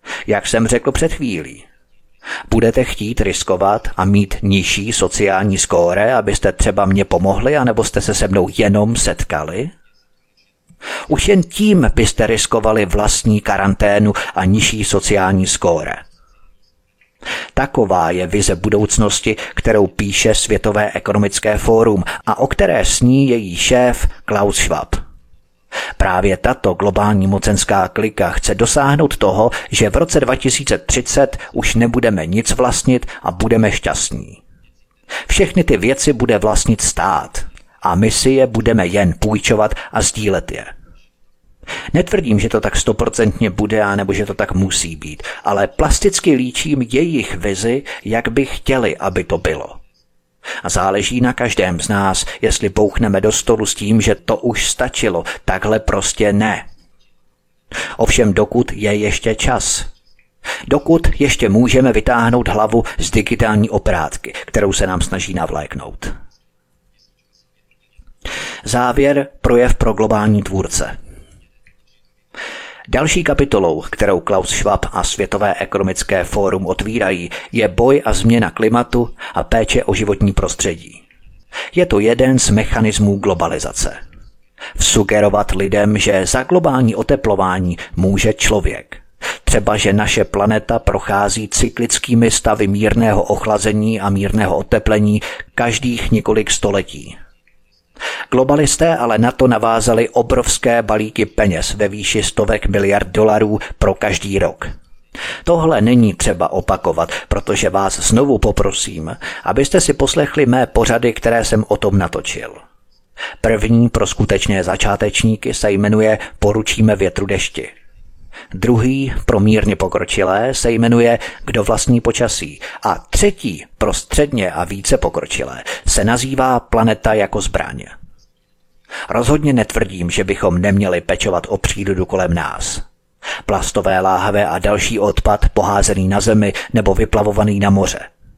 [SPEAKER 1] Jak jsem řekl před chvílí, budete chtít riskovat a mít nižší sociální skóre, abyste třeba mě pomohli, anebo jste se se mnou jenom setkali? Už jen tím byste riskovali vlastní karanténu a nižší sociální skóre. Taková je vize budoucnosti, kterou píše Světové ekonomické fórum a o které sní její šéf Klaus Schwab. Právě tato globální mocenská klika chce dosáhnout toho, že v roce dva tisíce třicet už nebudeme nic vlastnit a budeme šťastní. Všechny ty věci bude vlastnit stát a my si je budeme jen půjčovat a sdílet je. Netvrdím, že to tak stoprocentně bude, anebo že to tak musí být, ale plasticky líčím jejich vizi, jak by chtěli, aby to bylo. A záleží na každém z nás, jestli bouchneme do stolu s tím, že to už stačilo, takhle prostě ne. Ovšem dokud je ještě čas. Dokud ještě můžeme vytáhnout hlavu z digitální oprátky, kterou se nám snaží navléknout. Závěr, projev pro globální tvůrce. Další kapitolou, kterou Klaus Schwab a Světové ekonomické fórum otvírají, je boj a změna klimatu a péče o životní prostředí. Je to jeden z mechanismů globalizace. Vsugerovat lidem, že za globální oteplování může člověk. Třeba, že naše planeta prochází cyklickými stavy mírného ochlazení a mírného oteplení každých několik století. Globalisté ale na to navázali obrovské balíky peněz ve výši stovek miliard dolarů pro každý rok. Tohle není třeba opakovat, protože vás znovu poprosím, abyste si poslechli mé pořady, které jsem o tom natočil. První pro skutečné začátečníky se jmenuje Poručíme větru dešti. Druhý pro mírně pokročilé se jmenuje Kdo vlastní počasí a třetí pro středně a více pokročilé se nazývá Planeta jako zbraň. Rozhodně netvrdím, že bychom neměli pečovat o přírodu kolem nás. Plastové láhve a další odpad poházený na zemi nebo vyplavovaný na moře.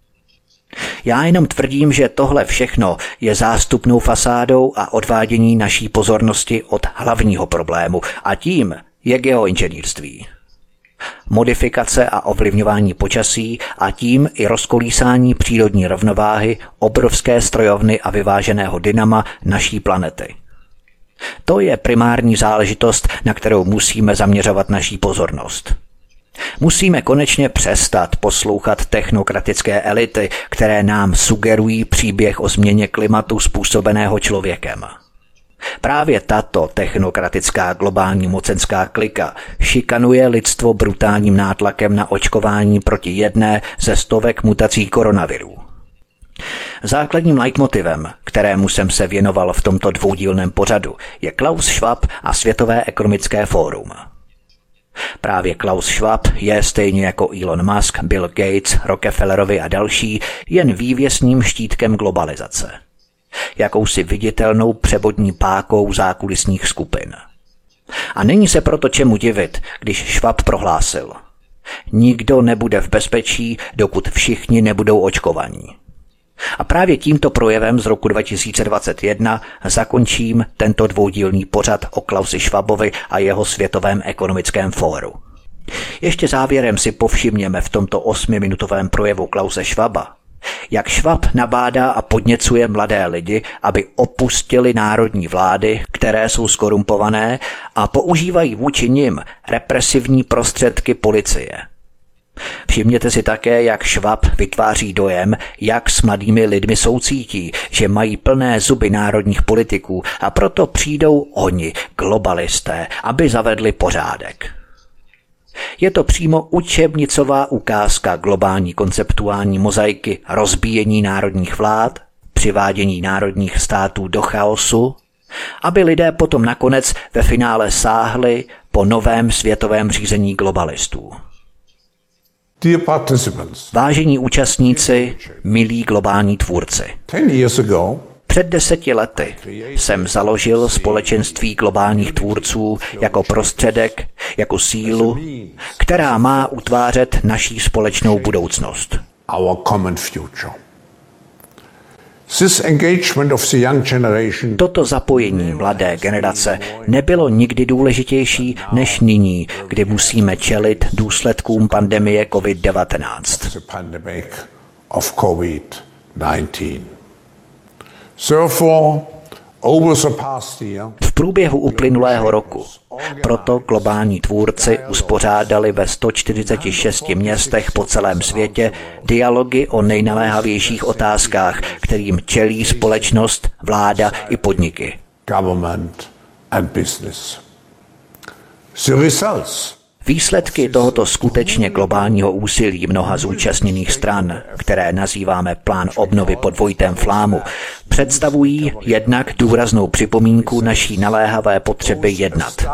[SPEAKER 1] Já jenom tvrdím, že tohle všechno je zástupnou fasádou a odvádění naší pozornosti od hlavního problému a tím je geoinženýrství. Modifikace a ovlivňování počasí a tím i rozkolísání přírodní rovnováhy obrovské strojovny a vyváženého dynama naší planety. To je primární záležitost, na kterou musíme zaměřovat naší pozornost. Musíme konečně přestat poslouchat technokratické elity, které nám sugerují příběh o změně klimatu způsobeného člověkem. Právě tato technokratická globální mocenská klika šikanuje lidstvo brutálním nátlakem na očkování proti jedné ze stovek mutací koronavirů. Základním leitmotivem, kterému jsem se věnoval v tomto dvoudílném pořadu, je Klaus Schwab a Světové ekonomické fórum. Právě Klaus Schwab je stejně jako Elon Musk, Bill Gates, Rockefellerovi a další jen vývěsným štítkem globalizace. Jakousi viditelnou převodní pákou zákulisních skupin. A není se proto čemu divit, když Schwab prohlásil: nikdo nebude v bezpečí, dokud všichni nebudou očkovaní. A právě tímto projevem z roku dva tisíce dvacet jedna zakončím tento dvoudílný pořad o Klausi Schwabovi a jeho Světovém ekonomickém fóru. Ještě závěrem si povšimněme v tomto osmiminutovém projevu Klause Schwaba, jak Schwab nabádá a podněcuje mladé lidi, aby opustili národní vlády, které jsou skorumpované a používají vůči nim represivní prostředky policie. Všimněte si také, jak Schwab vytváří dojem, jak s mladými lidmi soucítí, že mají plné zuby národních politiků a proto přijdou oni, globalisté, aby zavedli pořádek. Je to přímo učebnicová ukázka globální konceptuální mozaiky rozbíjení národních vlád, přivádění národních států do chaosu, aby lidé potom nakonec ve finále sáhli po novém světovém řízení globalistů. Vážení účastníci, milí globální tvůrci. Před deseti lety jsem založil společenství globálních tvůrců jako prostředek, jako sílu, která má utvářet naší společnou budoucnost. Toto zapojení mladé generace nebylo nikdy důležitější než nyní, kdy musíme čelit důsledkům pandemie covid devatenáct. V průběhu uplynulého roku proto globální tvůrci uspořádali ve sto čtyřiceti šesti městech po celém světě dialogy o nejnaléhavějších otázkách, kterým čelí společnost, vláda i podniky. Výsledky tohoto skutečně globálního úsilí mnoha zúčastněných stran, které nazýváme plán obnovy pod Vojtem Flámu, představují jednak důraznou připomínku naší naléhavé potřeby jednat.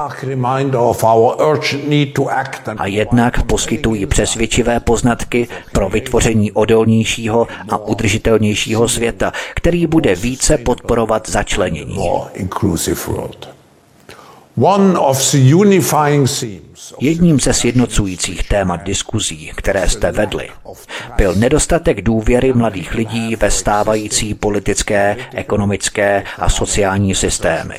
[SPEAKER 1] A jednak poskytují přesvědčivé poznatky pro vytvoření odolnějšího a udržitelnějšího světa, který bude více podporovat začlenění. Jedním ze sjednocujících témat diskuzí, které jste vedli, byl nedostatek důvěry mladých lidí ve stávající politické, ekonomické a sociální systémy.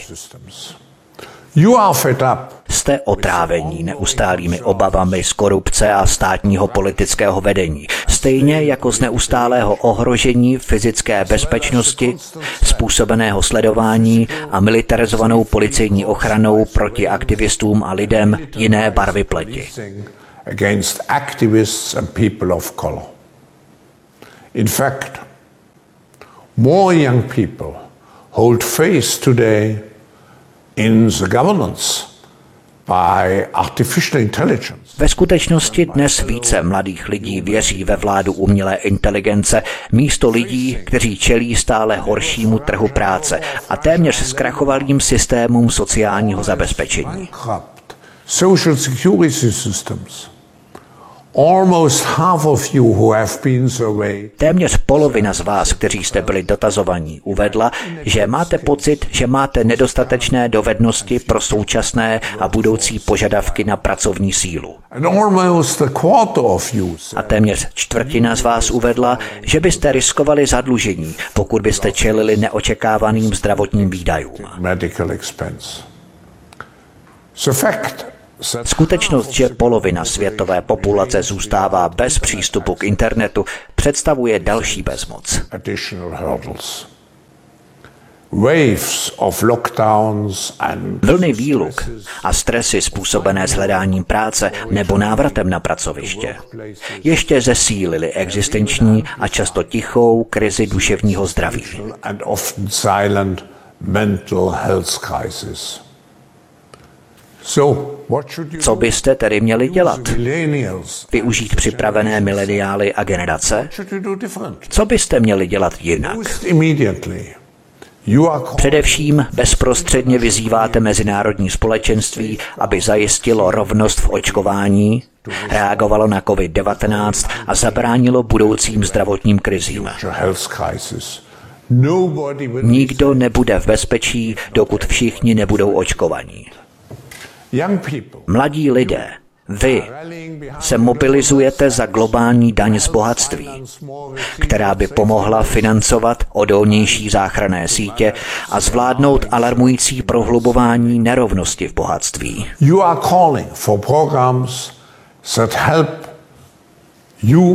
[SPEAKER 1] Jste otrávení neustálými obavami z korupce a státního politického vedení, stejně jako z neustálého ohrožení fyzické bezpečnosti, způsobeného sledování a militarizovanou policejní ochranou proti aktivistům a lidem jiné barvy pleti.
[SPEAKER 2] In fact, more young people hold faith today in the governance by artificial intelligence.
[SPEAKER 1] Ve skutečnosti dnes více mladých lidí věří ve vládu umělé inteligence místo lidí, kteří čelí stále horšímu trhu práce a téměř zkrachovalým systémům sociálního zabezpečení.
[SPEAKER 2] Social security systems. Almost half of you who have been surveyed.
[SPEAKER 1] Téměř polovina z vás, kteří jste byli dotazovaní, uvedla, že máte pocit, že máte nedostatečné dovednosti pro současné a budoucí požadavky na pracovní sílu. A téměř čtvrtina z vás uvedla, že byste riskovali zadlužení, pokud byste čelili neočekávaným zdravotním výdajům. Skutečnost, že polovina světové populace zůstává bez přístupu k internetu, představuje další bezmoc. Vlny výluk a stresy způsobené shledáním práce nebo návratem na pracoviště ještě zesílily existenční a často tichou krizi duševního zdraví. Co byste tedy měli dělat? Využít připravené mileniály a generace? Co byste měli dělat jinak? Především bezprostředně vyzýváte mezinárodní společenství, aby zajistilo rovnost v očkování, reagovalo na covid devatenáct a zabránilo budoucím zdravotním krizím. Nikdo nebude v bezpečí, dokud všichni nebudou očkovaní. Mladí lidé, vy se mobilizujete za globální daň z bohatství, která by pomohla financovat odolnější záchranné sítě a zvládnout alarmující prohlubování nerovnosti v bohatství.
[SPEAKER 2] You are calling for programs that help you.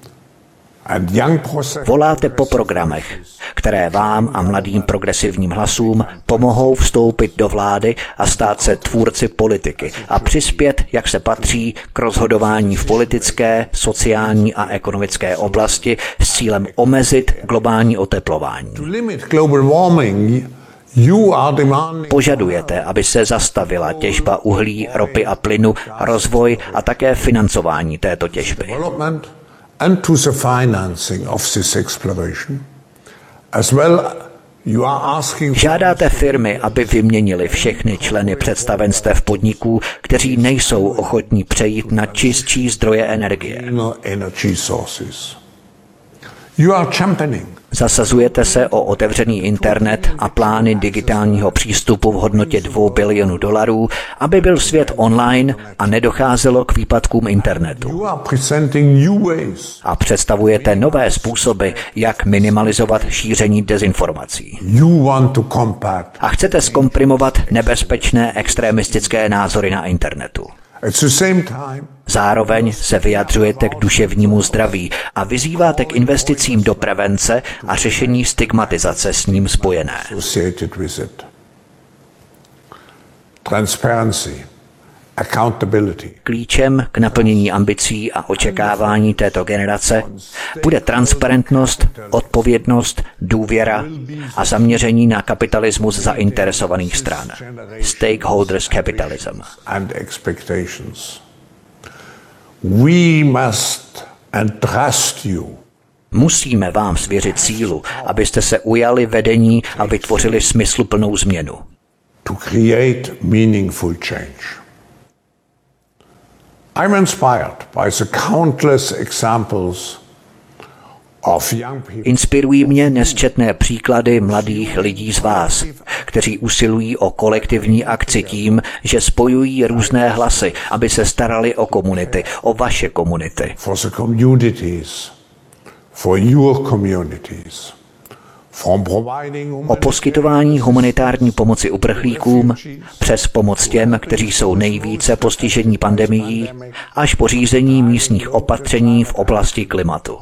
[SPEAKER 1] Voláte po programech, které vám a mladým progresivním hlasům pomohou vstoupit do vlády a stát se tvůrci politiky a přispět, jak se patří, k rozhodování v politické, sociální a ekonomické oblasti s cílem omezit globální oteplování. Požadujete, aby se zastavila těžba uhlí, ropy a plynu, rozvoj a také financování této těžby.
[SPEAKER 2] And to the financing of this exploration. As well, you are asking.
[SPEAKER 1] Žádáte firmy, aby vyměnili všechny členy představenstev podniků, kteří nejsou ochotní přejít na čistší zdroje energie.
[SPEAKER 2] Energy sources. You are championing
[SPEAKER 1] Zasazujete se o otevřený internet a plány digitálního přístupu v hodnotě dvou bilionů dolarů, aby byl svět online a nedocházelo k výpadkům internetu. A představujete nové způsoby, jak minimalizovat šíření dezinformací. A chcete zkomprimovat nebezpečné extremistické názory na internetu. Zároveň se vyjadřujete k duševnímu zdraví a vyzýváte k investicím do prevence a řešení stigmatizace s ním spojené. Klíčem k naplnění ambicí a očekávání této generace bude transparentnost, odpovědnost, důvěra a zaměření na kapitalismus zainteresovaných stran. Stakeholders capitalism.
[SPEAKER 2] We must entrust you.
[SPEAKER 1] Musíme vám svěřit sílu, abyste se ujali vedení a vytvořili smysluplnou změnu.
[SPEAKER 2] To create meaningful change. I'm inspired by the countless examples of young people.
[SPEAKER 1] Inspirují mě nesčetné příklady mladých lidí z vás, kteří usilují o kolektivní akci tím, že spojují různé hlasy, aby se starali o komunity, o vaše komunity.
[SPEAKER 2] For the communities, for your communities.
[SPEAKER 1] O poskytování humanitární pomoci uprchlíkům, přes pomoc těm, kteří jsou nejvíce postižení pandemií, až po řízení místních opatření v oblasti klimatu.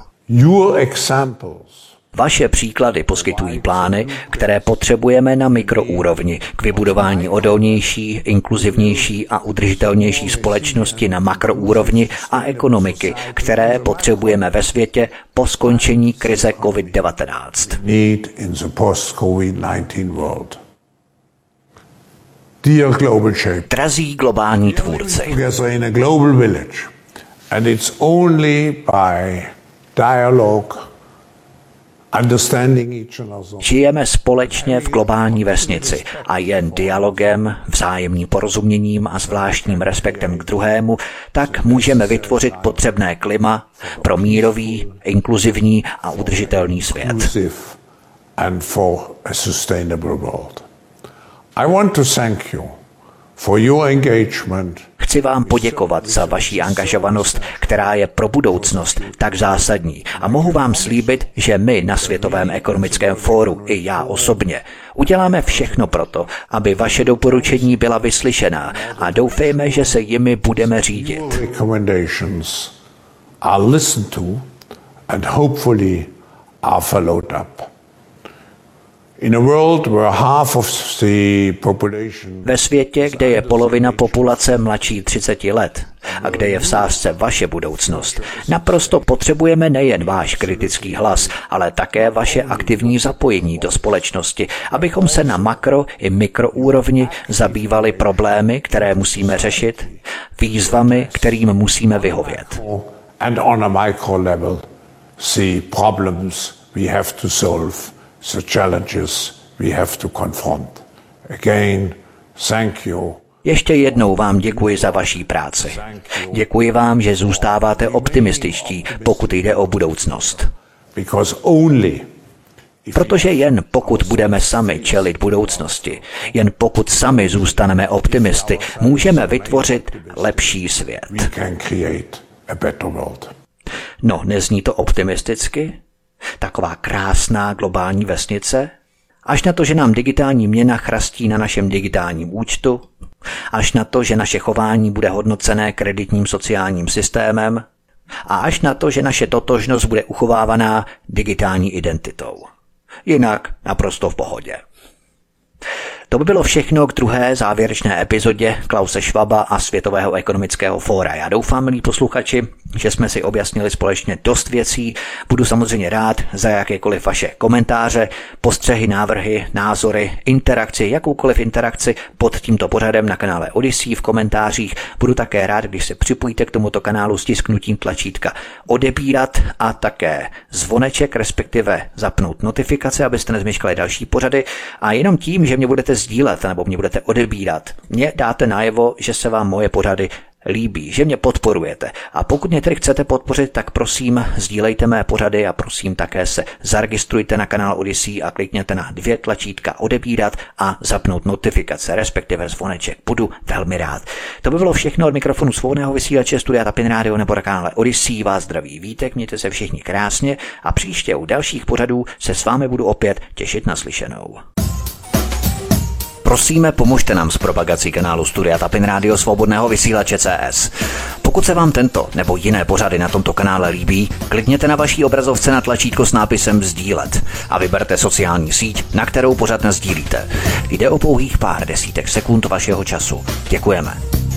[SPEAKER 1] Vaše příklady poskytují plány, které potřebujeme na mikroúrovni k vybudování odolnější, inkluzivnější a udržitelnější společnosti na makroúrovni a ekonomiky, které potřebujeme ve světě po skončení krize covid devatenáct. Drazí globální tvůrci, žijeme společně v globální vesnici a jen dialogem, vzájemným porozuměním a zvláštním respektem k druhému, tak můžeme vytvořit potřebné klima pro mírový, inkluzivní a udržitelný svět. Chci vám poděkovat za vaši angažovanost, která je pro budoucnost tak zásadní, a mohu vám slíbit, že my na Světovém ekonomickém fóru i já osobně uděláme všechno proto, aby vaše doporučení byla vyslyšená, a doufejme, že se jimi budeme řídit. Ve světě, kde je polovina populace mladší třiceti let a kde je v sázce vaše budoucnost, naprosto potřebujeme nejen váš kritický hlas, ale také vaše aktivní zapojení do společnosti, abychom se na makro i mikroúrovni zabývali problémy, které musíme řešit, výzvami, kterým musíme vyhovět.
[SPEAKER 2] And on a micro level, see problems we have to solve. The challenges we have to confront. Again, thank you.
[SPEAKER 1] Ještě jednou vám děkuji za vaší práci. Děkuji vám, že zůstáváte optimističtí, pokud jde o budoucnost.
[SPEAKER 2] Because only
[SPEAKER 1] Protože jen pokud budeme sami čelit budoucnosti, jen pokud sami zůstaneme optimisty, můžeme vytvořit lepší svět.
[SPEAKER 2] we can create a better world.
[SPEAKER 1] No, nezní to optimisticky? Taková krásná globální vesnice? Až na to, že nám digitální měna chrastí na našem digitálním účtu? Až na to, že naše chování bude hodnocené kreditním sociálním systémem? A až na to, že naše totožnost bude uchovávaná digitální identitou? Jinak naprosto v pohodě. To by bylo všechno k druhé závěrečné epizodě Klause Schwaba a Světového ekonomického fóra. Já doufám, milí posluchači, že jsme si objasnili společně dost věcí. Budu samozřejmě rád za jakékoliv vaše komentáře, postřehy, návrhy, názory, interakci, jakoukoliv interakci pod tímto pořadem na kanále Odyssey v komentářích. Budu také rád, když se připojíte k tomuto kanálu stisknutím tlačítka odebírat a také zvoneček, respektive zapnout notifikace, abyste nezměškali další pořady. A jenom tím, že mě budete sdílet nebo mě budete odebírat, mě dáte najevo, že se vám moje pořady líbí, že mě podporujete. A pokud mě tedy chcete podpořit, tak prosím sdílejte mé pořady a prosím také se zaregistrujte na kanál Odyssey a klikněte na dvě tlačítka odebírat a zapnout notifikace, respektive zvoneček. Budu velmi rád. To by bylo všechno od mikrofonu svobodného vysílače Studia Tapin Radio nebo na kanále Odyssey. Vás zdraví Vítek, mějte se všichni krásně a příště u dalších pořadů se s vámi budu opět těšit na slyšenou. Prosíme, pomožte nám s propagací kanálu Studia Tapin Radio Svobodného vysílače C S. Pokud se vám tento nebo jiné pořady na tomto kanále líbí, klikněte na vaší obrazovce na tlačítko s nápisem sdílet a vyberte sociální síť, na kterou pořad nasdílíte. Jde o pouhých pár desítek sekund vašeho času. Děkujeme.